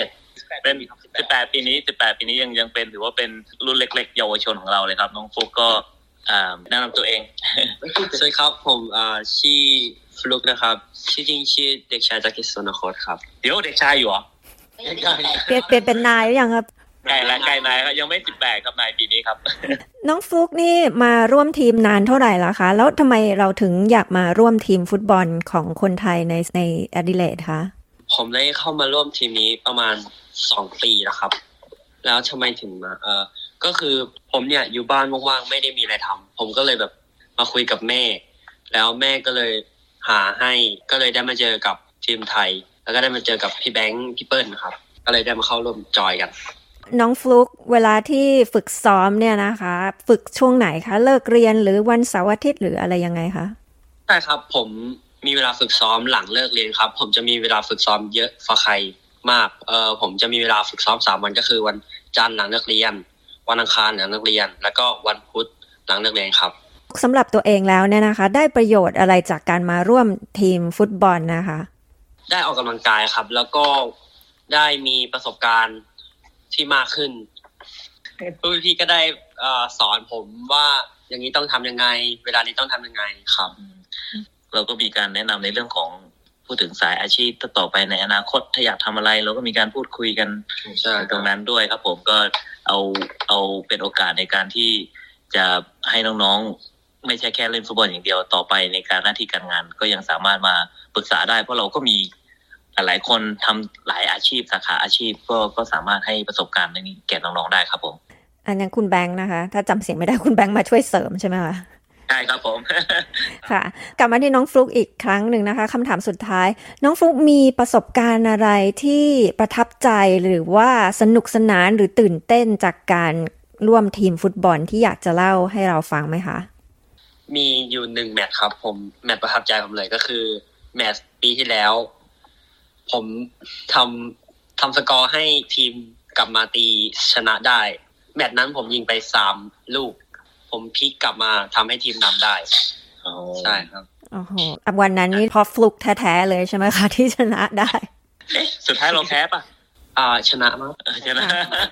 17เป็น18ปีนี้ยังเป็นถือว่าเป็นรุ่นเล็กๆเยาวชนของเราเลยครับน้องฟลุ๊กก็แนะนำตัวเองสวัสดีครับผมชื่อฟลุ๊กนะครับชื่อจริงชื่อเด็กชายจากกิสโซนครครับเดี๋ยวเด็กชายอยู่เหรอเปลี่ยนเป็นนายหรือยังครับใกล้นายครับยังไม่18ครับนายปีนี้ครับน้องฟลุ๊กนี่มาร่วมทีมนานเท่าไหร่แล้วคะแล้วทำไมเราถึงอยากมาร่วมทีมฟุตบอลของคนไทยในแอดิเลดคะผมได้เข้ามาร่วมทีมนี้ประมาณ2 ปีแล้วครับแล้วทำไมถึงมาก็คือผมเนี่ยอยู่บ้านว่างๆไม่ได้มีอะไรทำผมก็เลยแบบมาคุยกับแม่แล้วแม่ก็เลยหาให้ก็เลยได้มาเจอกับทีมไทยแล้วก็ได้มาเจอกับพี่แบงค์พี่เปิ้ลครับก็เลยได้มาเข้าร่วมจอยกันน้องฟลุ๊กเวลาที่ฝึกซ้อมเนี่ยนะคะฝึกช่วงไหนคะเลิกเรียนหรือวันเสาร์อาทิตย์หรืออะไรยังไงคะใช่ครับผมมีเวลาฝึกซ้อมหลังเลิกเรียนครับผมจะมีเวลาฝึกซ้อมเยอะฝ่าใครมากผมจะมีเวลาฝึกซ้อม3 วันก็คือวันจันทร์หลังเลิกเรียนวันอังคารหลังเลิกเรียนแล้วก็วันพุธหลังเลิกเรียนครับสำหรับตัวเองแล้วเนี่ยนะคะได้ประโยชน์อะไรจากการมาร่วมทีมฟุตบอลนะคะได้ออกกำลังกายครับแล้วก็ได้มีประสบการณ์ที่มากขึ้นพี่ก็ได้สอนผมว่าอย่างนี้ต้องทำยังไงเวลานี้ต้องทำยังไงครับเราก็มีการแนะนำในเรื่องของพูดถึงสายอาชีพต่อไปในอนาคตถ้าอยากทำอะไรเราก็มีการพูดคุยกันตรงนั้นด้วยครับผมก็เอาเป็นโอกาสในการที่จะให้น้องๆไม่ใช่แค่เล่นฟุตบอลอย่างเดียวต่อไปในการหน้าที่การงานก็ยังสามารถมาปรึกษาได้เพราะเราก็มีหลายคนทำหลายอาชีพสาขาอาชีพก็สามารถให้ประสบการณ์ในนี้แก่น้องๆได้ครับผมอันนั้นคุณแบงค์นะคะถ้าจำเสียงไม่ได้คุณแบงค์มาช่วยเสริมใช่ไหมคะใช่ครับผมค่ะกลับมาที่น้องฟลุ๊กอีกครั้งหนึ่งนะคะคำถามสุดท้ายน้องฟลุ๊กมีประสบการณ์อะไรที่ประทับใจหรือว่าสนุกสนานหรือตื่นเต้นจากการร่วมทีมฟุตบอลที่อยากจะเล่าให้เราฟังไหมคะมีอยู่1 แมตช์ครับผมแมตช์ประทับใจผมเลยก็คือแมตช์ปีที่แล้วผมทำสกอร์ให้ทีมกลับมาตีชนะได้แมตช์นั้นผมยิงไป3 ลูกผมพลิกกลับมาทำให้ทีมนำได้ใช่ครับโอ้โหวันนั้นนี่พอฟลุกแท้ๆเลยใช่ไหมคะที่ชนะได้สุดท้ายเราแพ้ป่ะชนะมั้งชนะ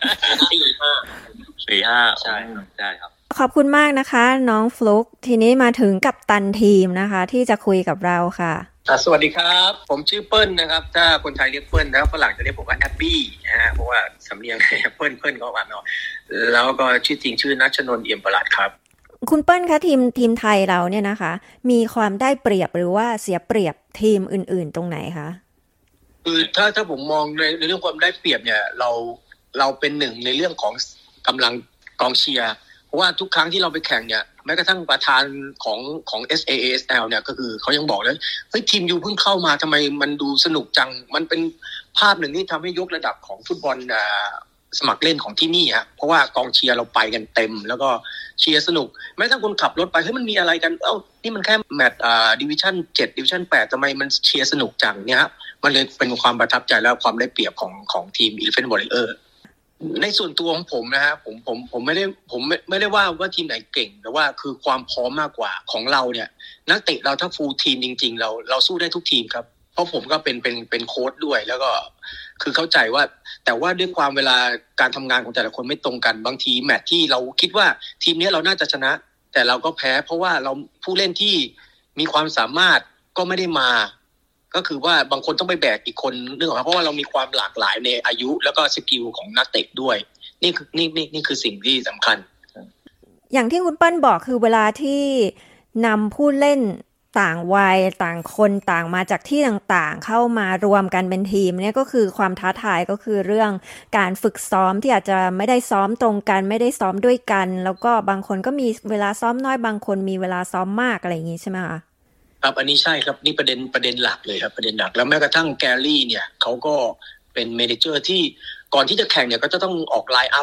4-5 ใช่ครับขอบคุณมากนะคะน้องฟลุกทีนี้มาถึงกัปตันทีมนะคะที่จะคุยกับเราค่ะสวัสดีครับผมชื่อเปิ้ลนะครับถ้าคนไทยเรียกเปิ้ลแล้วฝรั่งจะเรียกผมว่าแอบบี้นะฮะเพราะว่าสำเนียงเปิ้ลเขาอ่านเนาะแล้วก็ชื่อจริงชื่อณชนนท์เอี่ยมประหลัดครับคุณเปิ้ลคะทีมไทยเราเนี่ยนะคะมีความได้เปรียบหรือว่าเสียเปรียบทีมอื่นๆตรงไหนคะคือถ้าผมมองในเรื่องความได้เปรียบเนี่ยเราเป็นหนึ่งในเรื่องของกำลังกองเชียร์เพราะว่าทุกครั้งที่เราไปแข่งเนี่ยแม้กระทั่งประธานของ SAASL เนี่ยก็คือเขายังบอกเลยเฮ้ยทีมยูเพิ่งเข้ามาทำไมมันดูสนุกจังมันเป็นภาพหนึ่งที่ทำให้ยกระดับของฟุตบอลสมัครเล่นของที่นี่ฮะเพราะว่ากองเชียร์เราไปกันเต็มแล้วก็เชียร์สนุกแม้กระทั่งคนขับรถไปเฮ้ยมันมีอะไรกันนี่มันแค่แมตช์ดิวิชั่น7ดิวิชั่น8ทำไมมันเชียร์สนุกจังเนี่ยครับมันเลยเป็นความประทับใจและความได้เปรียบของทีม Elephant Warriorในส่วนตัวของผมนะฮะผมไม่ได้ว่าทีมไหนเก่งแต่ว่าคือความพร้อมมากกว่าของเราเนี่ยนักเตะเราถ้าฟูลทีมจริงๆเราสู้ได้ทุกทีมครับเพราะผมก็เป็นโค้ชด้วยแล้วก็คือเข้าใจว่าแต่ว่าด้วยความเวลาการทำงานของแต่ละคนไม่ตรงกันบางทีแมตช์ที่เราคิดว่าทีมนี้เราน่าจะชนะแต่เราก็แพ้เพราะว่าเราผู้เล่นที่มีความสามารถก็ไม่ได้มาก็คือว่าบางคนต้องไปแบกอีกคนนึกออกไหมเพราะว่าเรามีความหลากหลายในอายุแล้วก็สกิลของนักเตะด้วยนี่คือสิ่งที่สำคัญอย่างที่คุณเปิ้ลบอกคือเวลาที่นำผู้เล่นต่างวัยต่างคนต่างมาจากที่ต่างๆเข้ามารวมกันเป็นทีมเนี่ยก็คือความท้าทายก็คือเรื่องการฝึกซ้อมที่อาจจะไม่ได้ซ้อมตรงกันไม่ได้ซ้อมด้วยกันแล้วก็บางคนก็มีเวลาซ้อมน้อยบางคนมีเวลาซ้อมมากอะไรอย่างงี้ใช่ไหมคะครับอันนี้ใช่ครับนี่ประเด็นหลักเลยครับประเด็นหลักแล้วแม้กระทั่งแกรี่เนี่ยเขาก็เป็นเมเนเจอร์ที่ก่อนที่จะแข่งเนี่ยก็จะต้องออกไลน์อัพ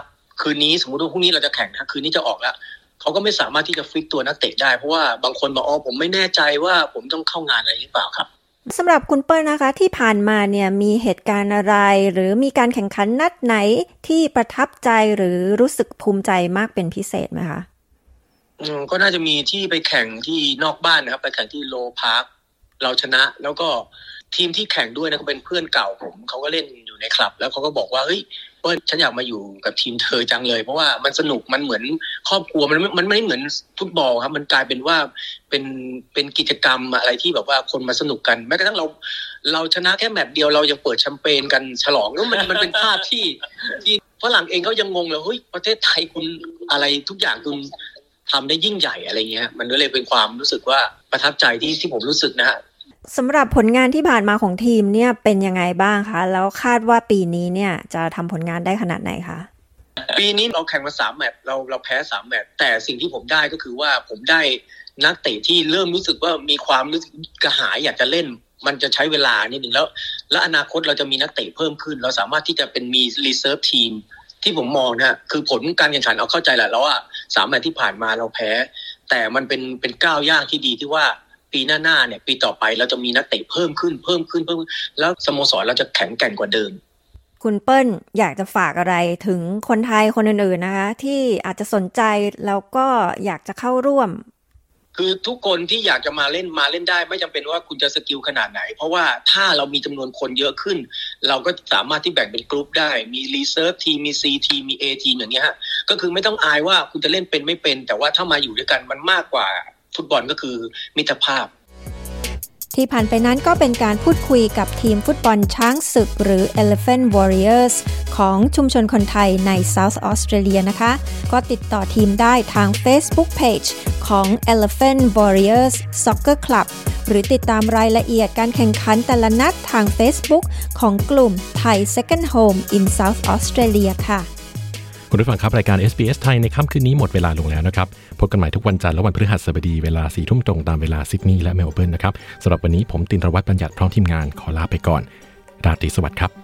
คืนนี้สมมุติว่าพรุ่งนี้เราจะแข่งนะคืนนี้จะออกแล้วเขาก็ไม่สามารถที่จะฟิกตัวนักเตะได้เพราะว่าบางคนบอกผมไม่แน่ใจว่าผมต้องเข้างานอะไรหรือเปล่าครับสำหรับคุณเปิ้ลนะคะที่ผ่านมาเนี่ยมีเหตุการณ์อะไรหรือมีการแข่งขันนัดไหนที่ประทับใจหรือรู้สึกภูมิใจมากเป็นพิเศษไหมคะก็น่าจะมีที่ไปแข่งที่นอกบ้านนะครับไปแข่งที่โลพาร์คเราชนะแล้วก็ทีมที่แข่งด้วยนะก็เป็นเพื่อนเก่าผมเขาก็เล่นอยู่ในคลับแล้วเขาก็บอกว่าเฮ้ยเปิ้ลฉันอยากมาอยู่กับทีมเธอจังเลยเพราะว่ามันสนุกมันเหมือนครอบครัวมันไม่เหมือนฟุตบอลครับมันกลายเป็นว่าเป็นกิจกรรมอะไรที่แบบว่าคนมาสนุกกันแม้กระทั่งเราชนะแค่แมตช์เดียวเรายังเปิดแชมเปญกันฉลองแล้วมันเป็นภาพที่ฝรั่งเองเขายังงงเลยเฮ้ยประเทศไทยคุณอะไรทุกอย่างคุณทำได้ยิ่งใหญ่อะไรเงี้ยมันก็เลยเป็นความรู้สึกว่าประทับใจที่ผมรู้สึกนะฮะสำหรับผลงานที่ผ่านมาของทีมเนี่ยเป็นยังไงบ้างคะแล้วคาดว่าปีนี้เนี่ยจะทำผลงานได้ขนาดไหนคะปีนี้เราแข่งมา3แมตช์เราแพ้3แมตช์แต่สิ่งที่ผมได้ก็คือว่าผมได้นักเตะที่เริ่มรู้สึกว่ามีความรู้สึกกระหายอยากจะเล่นมันจะใช้เวลานิดนึงแล้วอนาคตเราจะมีนักเตะเพิ่มขึ้นเราสามารถที่จะเป็นมีรีเซิร์ฟทีมที่ผมมองนะคือผลการแข่งขันเอาเข้าใจแหละแล้วว่า3แมตช์ที่ผ่านมาเราแพ้แต่มันเป็นก้าวย่างที่ดีที่ว่าปีหน้าเนี่ยปีต่อไปเราจะมีนักเตะเพิ่มขึ้นแล้วสโมสรเราจะแข็งแกร่งกว่าเดิมคุณเปิ้ลอยากจะฝากอะไรถึงคนไทยคนอื่นๆนะคะที่อาจจะสนใจแล้วก็อยากจะเข้าร่วมคือทุกคนที่อยากจะมาเล่นได้ไม่จำเป็นว่าคุณจะสกิลขนาดไหนเพราะว่าถ้าเรามีจำนวนคนเยอะขึ้นเราก็สามารถที่แบ่งเป็นกลุ่มได้มีรีเซิร์ฟทีมมี C ทีมมี A ทีมอย่างเงี้ยฮะก็คือไม่ต้องอายว่าคุณจะเล่นเป็นไม่เป็นแต่ว่าถ้ามาอยู่ด้วยกันมันมากกว่าฟุตบอลก็คือมิตรภาพที่ผ่านไปนั้นก็เป็นการพูดคุยกับทีมฟุตบอลช้างศึกหรือ Elephant Warriors ของชุมชนคนไทยใน South Australia นะคะก็ติดต่อทีมได้ทาง Facebook Page ของ Elephant Warriors Soccer Club หรือติดตามรายละเอียดการแข่งขันแต่ละนัดทาง Facebook ของกลุ่ม Thai Second Home in South Australia ค่ะคุณผู้ฟังครับรายการ SBS ไทยในค่ำคืนนี้หมดเวลาลงแล้วนะครับพบกันใหม่ทุกวันจันทร์และวันพฤหัสบดีเวลา 4 ทุ่มตรงตามเวลาซิดนีย์และเมลเบิร์นนะครับสำหรับวันนี้ผมตินรวัฒน์บัญญัติพร้อมทีมงานขอลาไปก่อนราตรีสวัสดิ์ครับ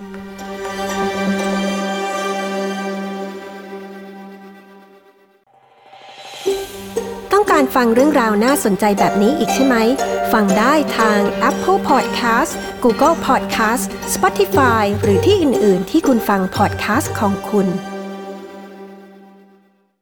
ต้องการฟังเรื่องราวน่าสนใจแบบนี้อีกใช่ไหมฟังได้ทาง Apple Podcast Google Podcast Spotify หรือที่อื่นๆที่คุณฟัง podcast ของคุณ